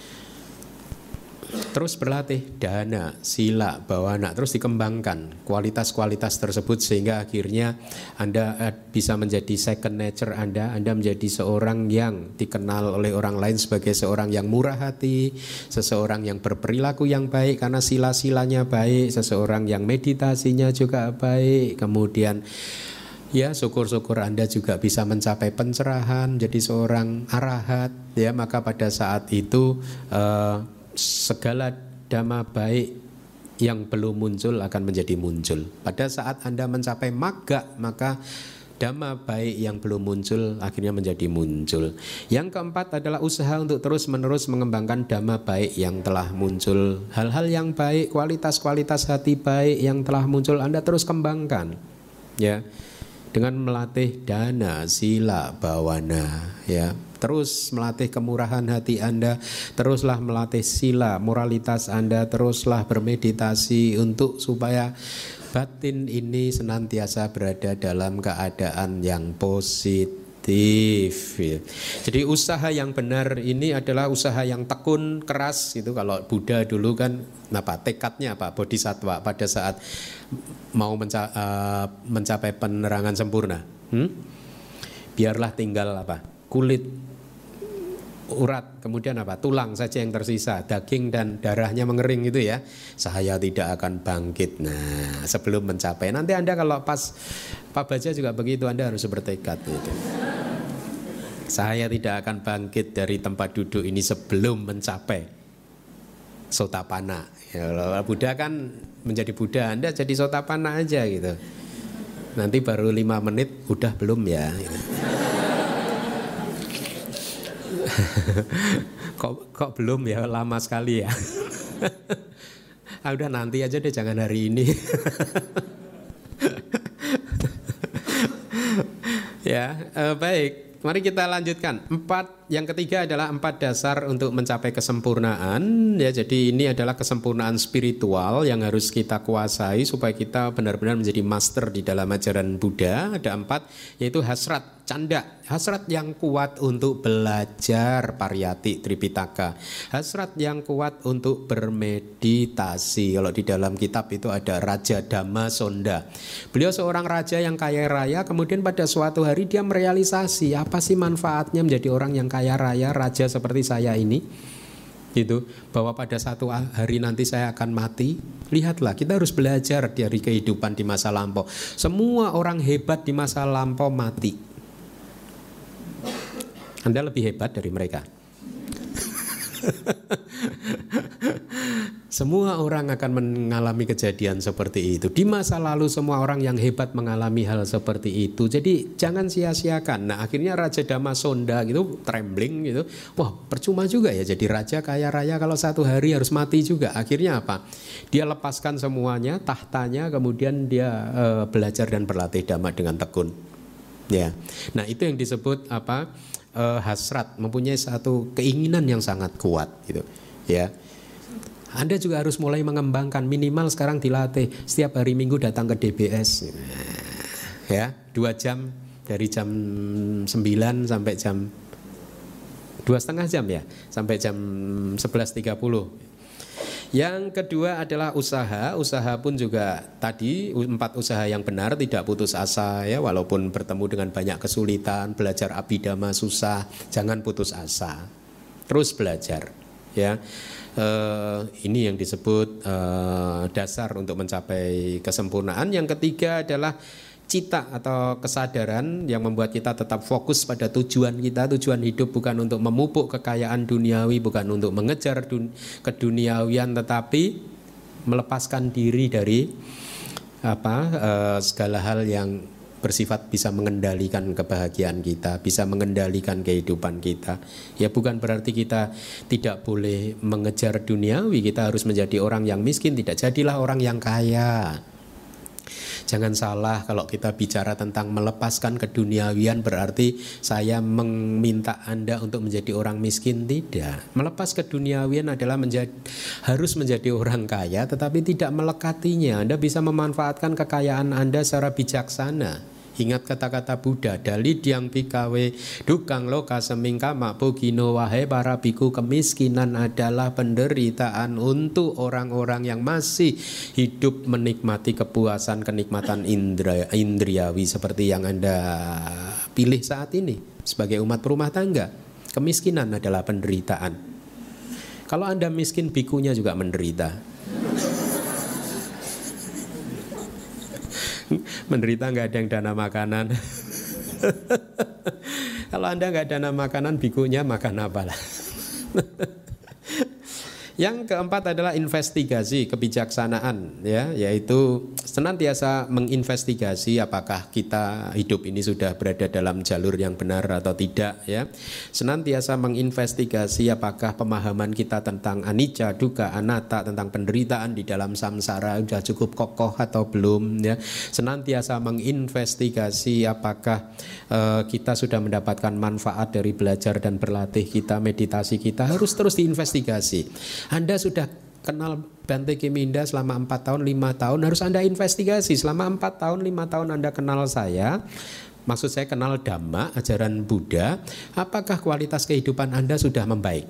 Terus berlatih dana, sila, bawana, terus dikembangkan kualitas-kualitas tersebut sehingga akhirnya Anda bisa menjadi second nature Anda menjadi seorang yang dikenal oleh orang lain sebagai seorang yang murah hati, seseorang yang berperilaku yang baik karena sila-silanya baik, seseorang yang meditasinya juga baik. Kemudian ya syukur-syukur Anda juga bisa mencapai pencerahan, jadi seorang arahat ya. Maka pada saat itu segala dhamma baik yang belum muncul akan menjadi muncul. Pada saat Anda mencapai magga, maka dhamma baik yang belum muncul akhirnya menjadi muncul. Yang keempat adalah usaha untuk terus-menerus mengembangkan dhamma baik yang telah muncul. Hal-hal yang baik, kualitas-kualitas hati baik yang telah muncul Anda terus kembangkan ya, dengan melatih dana, sila, bawana ya. Terus melatih kemurahan hati Anda, teruslah melatih sila, moralitas Anda, teruslah bermeditasi untuk supaya batin ini senantiasa berada dalam keadaan yang positif. Jadi usaha yang benar ini adalah usaha yang tekun, keras. Itu kalau Buddha dulu kan tekadnya apa? Bodhisattva pada saat mau mencapai penerangan sempurna. Biarlah tinggal kulit, urat, kemudian tulang saja yang tersisa, daging dan darahnya mengering itu ya. Saya tidak akan bangkit. Nah, sebelum mencapai, nanti Anda kalau pas Pak Baja juga begitu, Anda harus bertekad gitu. Saya tidak akan bangkit dari tempat duduk ini sebelum mencapai sotapanna. Ya, kalau Buddha kan menjadi Buddha, Anda jadi sotapanna aja gitu. Nanti baru 5 menit udah belum ya gitu. kok belum ya, lama sekali ya. Udah nanti aja deh, jangan hari ini. Ya, baik. Mari kita lanjutkan. Yang ketiga adalah 4 dasar untuk mencapai kesempurnaan. Ya, jadi ini adalah kesempurnaan spiritual yang harus kita kuasai supaya kita benar-benar menjadi master di dalam ajaran Buddha. Ada 4, yaitu hasrat, canda, hasrat yang kuat untuk belajar pariyati Tripitaka, hasrat yang kuat untuk bermeditasi. Kalau di dalam kitab itu ada Raja Dhammasonda. Beliau seorang raja yang kaya raya, kemudian pada suatu hari dia merealisasi apa sih manfaatnya menjadi orang yang kaya raya, raja seperti saya ini, gitu, bahwa pada satu hari nanti saya akan mati. Lihatlah, kita harus belajar dari kehidupan di masa lampau. Semua orang hebat di masa lampau mati. Anda lebih hebat dari mereka. Semua orang akan mengalami kejadian seperti itu. Di masa lalu semua orang yang hebat mengalami hal seperti itu. Jadi jangan sia-siakan. Nah, akhirnya Raja Dhammasonda gitu trembling gitu. Wah, percuma juga ya jadi raja kaya raya kalau satu hari harus mati juga. Akhirnya apa? Dia lepaskan semuanya, tahtanya, kemudian dia belajar dan berlatih dhamma dengan tekun. Ya. Nah, itu yang disebut apa? Hasrat, mempunyai satu keinginan yang sangat kuat gitu. Ya. Anda juga harus mulai mengembangkan, minimal sekarang dilatih setiap hari Minggu datang ke DBS. Ya, 2 jam dari jam 9 sampai jam 2,5 jam ya, sampai jam 11.30. Yang kedua adalah usaha. Usaha pun juga tadi 4 usaha yang benar, tidak putus asa ya, walaupun bertemu dengan banyak kesulitan, belajar abhidhamma susah, jangan putus asa. Terus belajar ya. Ini yang disebut dasar untuk mencapai kesempurnaan. Yang ketiga adalah cita atau kesadaran yang membuat kita tetap fokus pada tujuan kita. Tujuan hidup bukan untuk memupuk kekayaan duniawi, bukan untuk mengejar keduniawian, tetapi melepaskan diri dari segala hal yang bersifat bisa mengendalikan kebahagiaan kita, bisa mengendalikan kehidupan kita. Ya, bukan berarti kita tidak boleh mengejar duniawi, kita harus menjadi orang yang miskin, tidak jadilah orang yang kaya. Jangan salah kalau kita bicara tentang melepaskan keduniawian berarti saya meminta Anda untuk menjadi orang miskin. Tidak. Melepas keduniawian adalah harus menjadi orang kaya tetapi tidak melekatinya. Anda bisa memanfaatkan kekayaan Anda secara bijaksana. Ingat kata-kata Buddha, dali diang pikawe dukang loka semingkama bogino, wahai para biku, kemiskinan adalah penderitaan untuk orang-orang yang masih hidup menikmati kepuasan kenikmatan indriawi seperti yang Anda pilih saat ini sebagai umat rumah tangga. Kemiskinan adalah penderitaan. Kalau Anda miskin, bikunya juga menderita. Menderita, nggak ada yang dana makanan. Kalau Anda nggak dana makanan, bikunya makan apa lah. Yang keempat adalah investigasi kebijaksanaan ya, yaitu senantiasa menginvestigasi apakah kita hidup ini sudah berada dalam jalur yang benar atau tidak ya. Senantiasa menginvestigasi apakah pemahaman kita tentang anicca, dukkha, anatta, tentang penderitaan di dalam samsara sudah cukup kokoh atau belum ya. Senantiasa menginvestigasi apakah kita sudah mendapatkan manfaat dari belajar dan berlatih kita, meditasi kita, harus terus diinvestigasi. Anda sudah kenal Bante Kiminda selama 4 tahun, 5 tahun, harus Anda investigasi. Selama 4 tahun, 5 tahun Anda kenal saya, maksud saya kenal Dhamma, ajaran Buddha, apakah kualitas kehidupan Anda sudah membaik?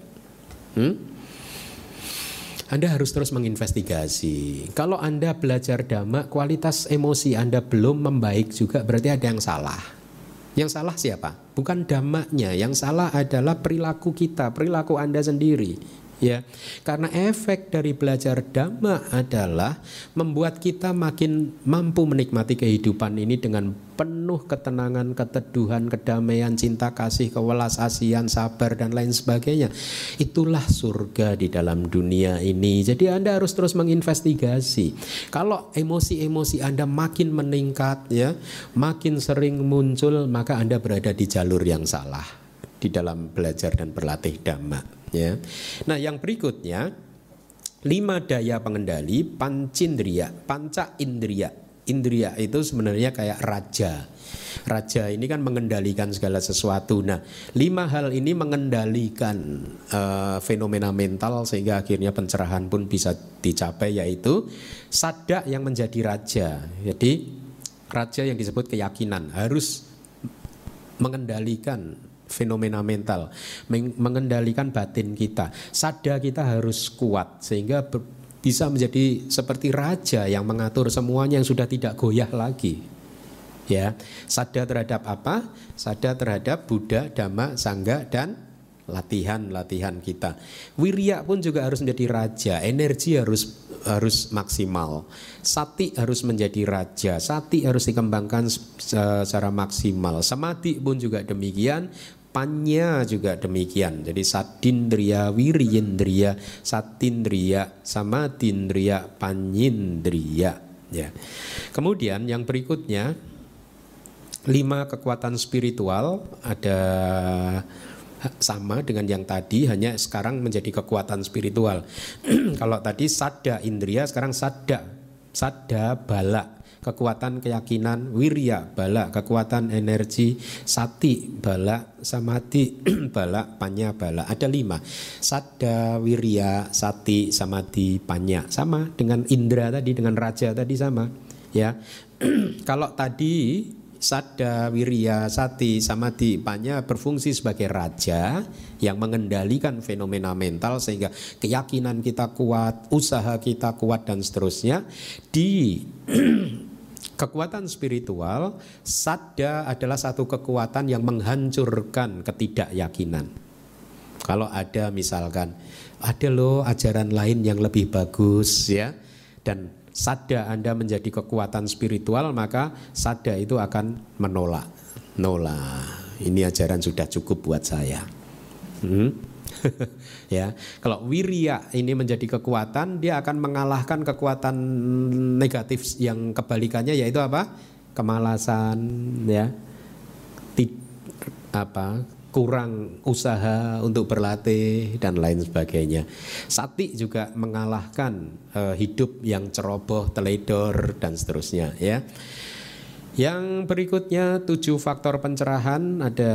Anda harus terus menginvestigasi. Kalau Anda belajar Dhamma, kualitas emosi Anda belum membaik juga, berarti ada yang salah. Yang salah siapa? Bukan Dhammanya, yang salah adalah perilaku kita, perilaku Anda sendiri. Ya, karena efek dari belajar Dhamma adalah membuat kita makin mampu menikmati kehidupan ini dengan penuh ketenangan, keteduhan, kedamaian, cinta kasih, kewelas asian, sabar dan lain sebagainya. Itulah surga di dalam dunia ini. Jadi Anda harus terus menginvestigasi. Kalau emosi-emosi Anda makin meningkat ya, makin sering muncul, maka Anda berada di jalur yang salah di dalam belajar dan berlatih Dhamma. Ya. Nah, yang berikutnya 5 daya pengendali, panca indriya. indria itu sebenarnya kayak raja. Raja ini kan mengendalikan segala sesuatu. Nah, 5 hal ini mengendalikan fenomena mental sehingga akhirnya pencerahan pun bisa dicapai, yaitu sadda yang menjadi raja. Jadi raja yang disebut keyakinan harus mengendalikan fenomena mental, mengendalikan batin kita. Sadda kita harus kuat sehingga bisa menjadi seperti raja yang mengatur semuanya, yang sudah tidak goyah lagi. Ya, sadda terhadap apa? Sadda terhadap Buddha, Dhamma, Sangha, dan latihan kita. Wirya pun juga harus menjadi raja. Energi harus maksimal. Sati harus menjadi raja. Sati harus dikembangkan secara maksimal. Samadhi pun juga demikian. Panya juga demikian. Jadi satindriya, wiryendriya, satindriya, samadindriya, panyindriya. Ya. Kemudian yang berikutnya, 5 kekuatan spiritual ada sama dengan yang tadi, hanya sekarang menjadi kekuatan spiritual. Kalau tadi sadda indria, sekarang sadda bala, kekuatan keyakinan, wirya bala, kekuatan energi, sati bala, samadhi bala, panya bala. Ada 5. Sadda, wirya, sati, samadhi, panya. Sama dengan indra tadi, dengan raja tadi sama. Ya. Kalau tadi sadda, wirya, sati, samadhi, panya berfungsi sebagai raja yang mengendalikan fenomena mental sehingga keyakinan kita kuat, usaha kita kuat, dan seterusnya. Di kekuatan spiritual, sadda adalah satu kekuatan yang menghancurkan ketidakyakinan. Kalau ada misalkan, ada loh ajaran lain yang lebih bagus ya, dan sadda Anda menjadi kekuatan spiritual, maka sadda itu akan menolak. Ini ajaran sudah cukup buat saya. Ya, kalau wirya ini menjadi kekuatan, dia akan mengalahkan kekuatan negatif yang kebalikannya, yaitu apa? Kemalasan, ya. Kurang usaha untuk berlatih dan lain sebagainya. Sati juga mengalahkan hidup yang ceroboh, teledor, dan seterusnya ya. Yang berikutnya 7 faktor pencerahan, ada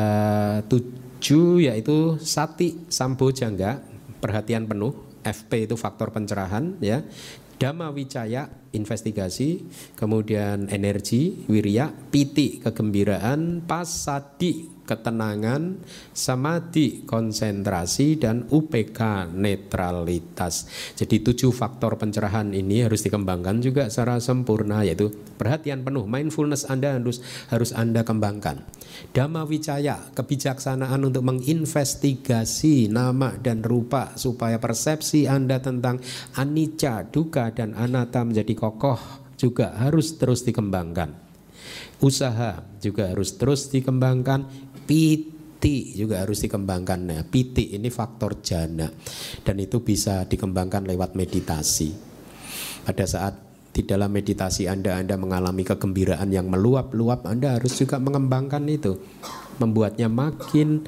7, yaitu sati sambojangga, perhatian penuh. FP itu faktor pencerahan ya. Dhamma wicaya, investigasi. Kemudian energi, wirya. Piti, kegembiraan. Pasadi, ketenangan. Samadhi, konsentrasi. Dan UPK, netralitas. Jadi 7 faktor pencerahan ini harus dikembangkan juga secara sempurna, yaitu perhatian penuh, mindfulness Anda harus Anda kembangkan. Dhamma wicaya, kebijaksanaan untuk menginvestigasi nama dan rupa supaya persepsi Anda tentang anicca, dukkha, dan anatta menjadi kokoh juga harus terus dikembangkan. Usaha juga harus terus dikembangkan. Piti juga harus dikembangkan. Nah, piti ini faktor jana, dan itu bisa dikembangkan lewat meditasi. Pada saat di dalam meditasi Anda mengalami kegembiraan yang meluap-luap, Anda harus juga mengembangkan itu, membuatnya makin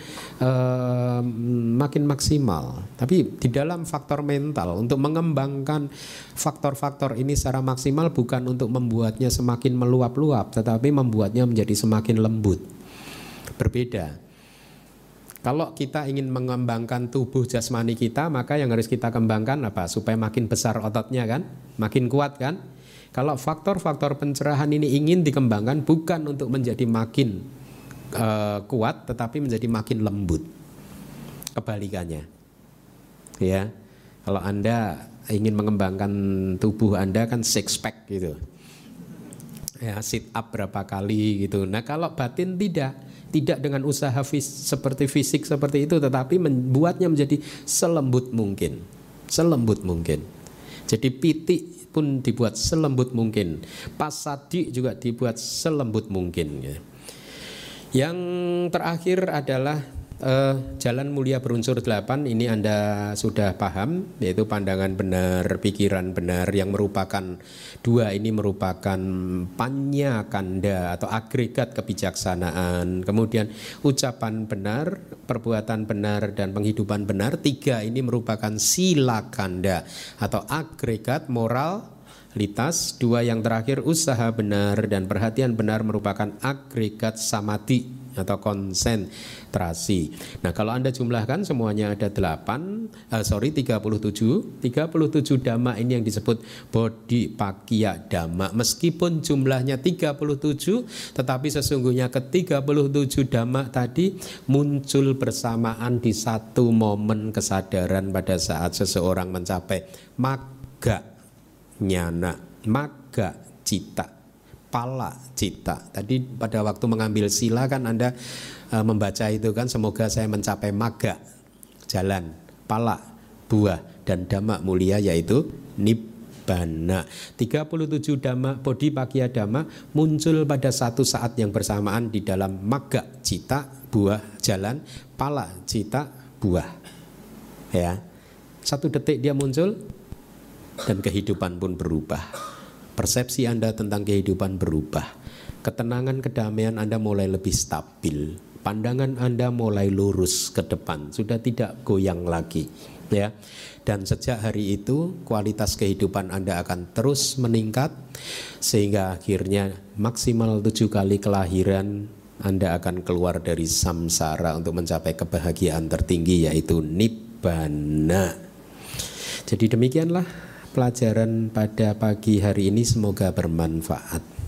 maksimal. Tapi di dalam faktor mental, untuk mengembangkan faktor-faktor ini secara maksimal bukan untuk membuatnya semakin meluap-luap, tetapi membuatnya menjadi semakin lembut. Berbeda. Kalau kita ingin mengembangkan tubuh jasmani kita, maka yang harus kita kembangkan apa? Supaya makin besar ototnya kan, makin kuat kan. Kalau faktor-faktor pencerahan ini ingin dikembangkan bukan untuk menjadi makin kuat, tetapi menjadi makin lembut. Kebalikannya. Ya. Kalau Anda ingin mengembangkan tubuh Anda kan six pack gitu. Ya, sit up berapa kali gitu. Nah, kalau batin tidak dengan usaha seperti fisik seperti itu, tetapi membuatnya menjadi selembut mungkin. Jadi piti pun dibuat selembut mungkin. Pasadi juga dibuat selembut mungkin. Yang terakhir adalah jalan mulia berunsur 8. Ini Anda sudah paham, yaitu pandangan benar, pikiran benar, yang merupakan 2 ini merupakan panya kanda atau agregat kebijaksanaan. Kemudian ucapan benar, perbuatan benar, dan penghidupan benar. 3 ini merupakan sila kanda atau agregat moral, litas. Dua yang terakhir, usaha benar dan perhatian benar merupakan agregat samadhi atau konsentrasi. Nah, kalau Anda jumlahkan semuanya ada 37 dhamma ini yang disebut bodhipakkhya dhamma. Meskipun jumlahnya 37, tetapi sesungguhnya ke-37 dhamma tadi muncul bersamaan di satu momen kesadaran pada saat seseorang mencapai magga nyana, magga cita, pala cita. Tadi pada waktu mengambil sila kan Anda membaca itu kan, semoga saya mencapai magga, jalan, pala, buah, dan dhamma mulia yaitu nibbana. 37 dhamma, bodhipakkhya dhamma muncul pada satu saat yang bersamaan di dalam magga cita, buah, jalan, pala cita, buah. Ya. Satu detik dia muncul dan kehidupan pun berubah. Persepsi Anda tentang kehidupan berubah. Ketenangan, kedamaian Anda mulai lebih stabil. Pandangan Anda mulai lurus ke depan, sudah tidak goyang lagi, ya. Dan sejak hari itu kualitas kehidupan Anda akan terus meningkat sehingga akhirnya maksimal 7 kali kelahiran Anda akan keluar dari samsara untuk mencapai kebahagiaan tertinggi yaitu nibbana. Jadi demikianlah pelajaran pada pagi hari ini, semoga bermanfaat.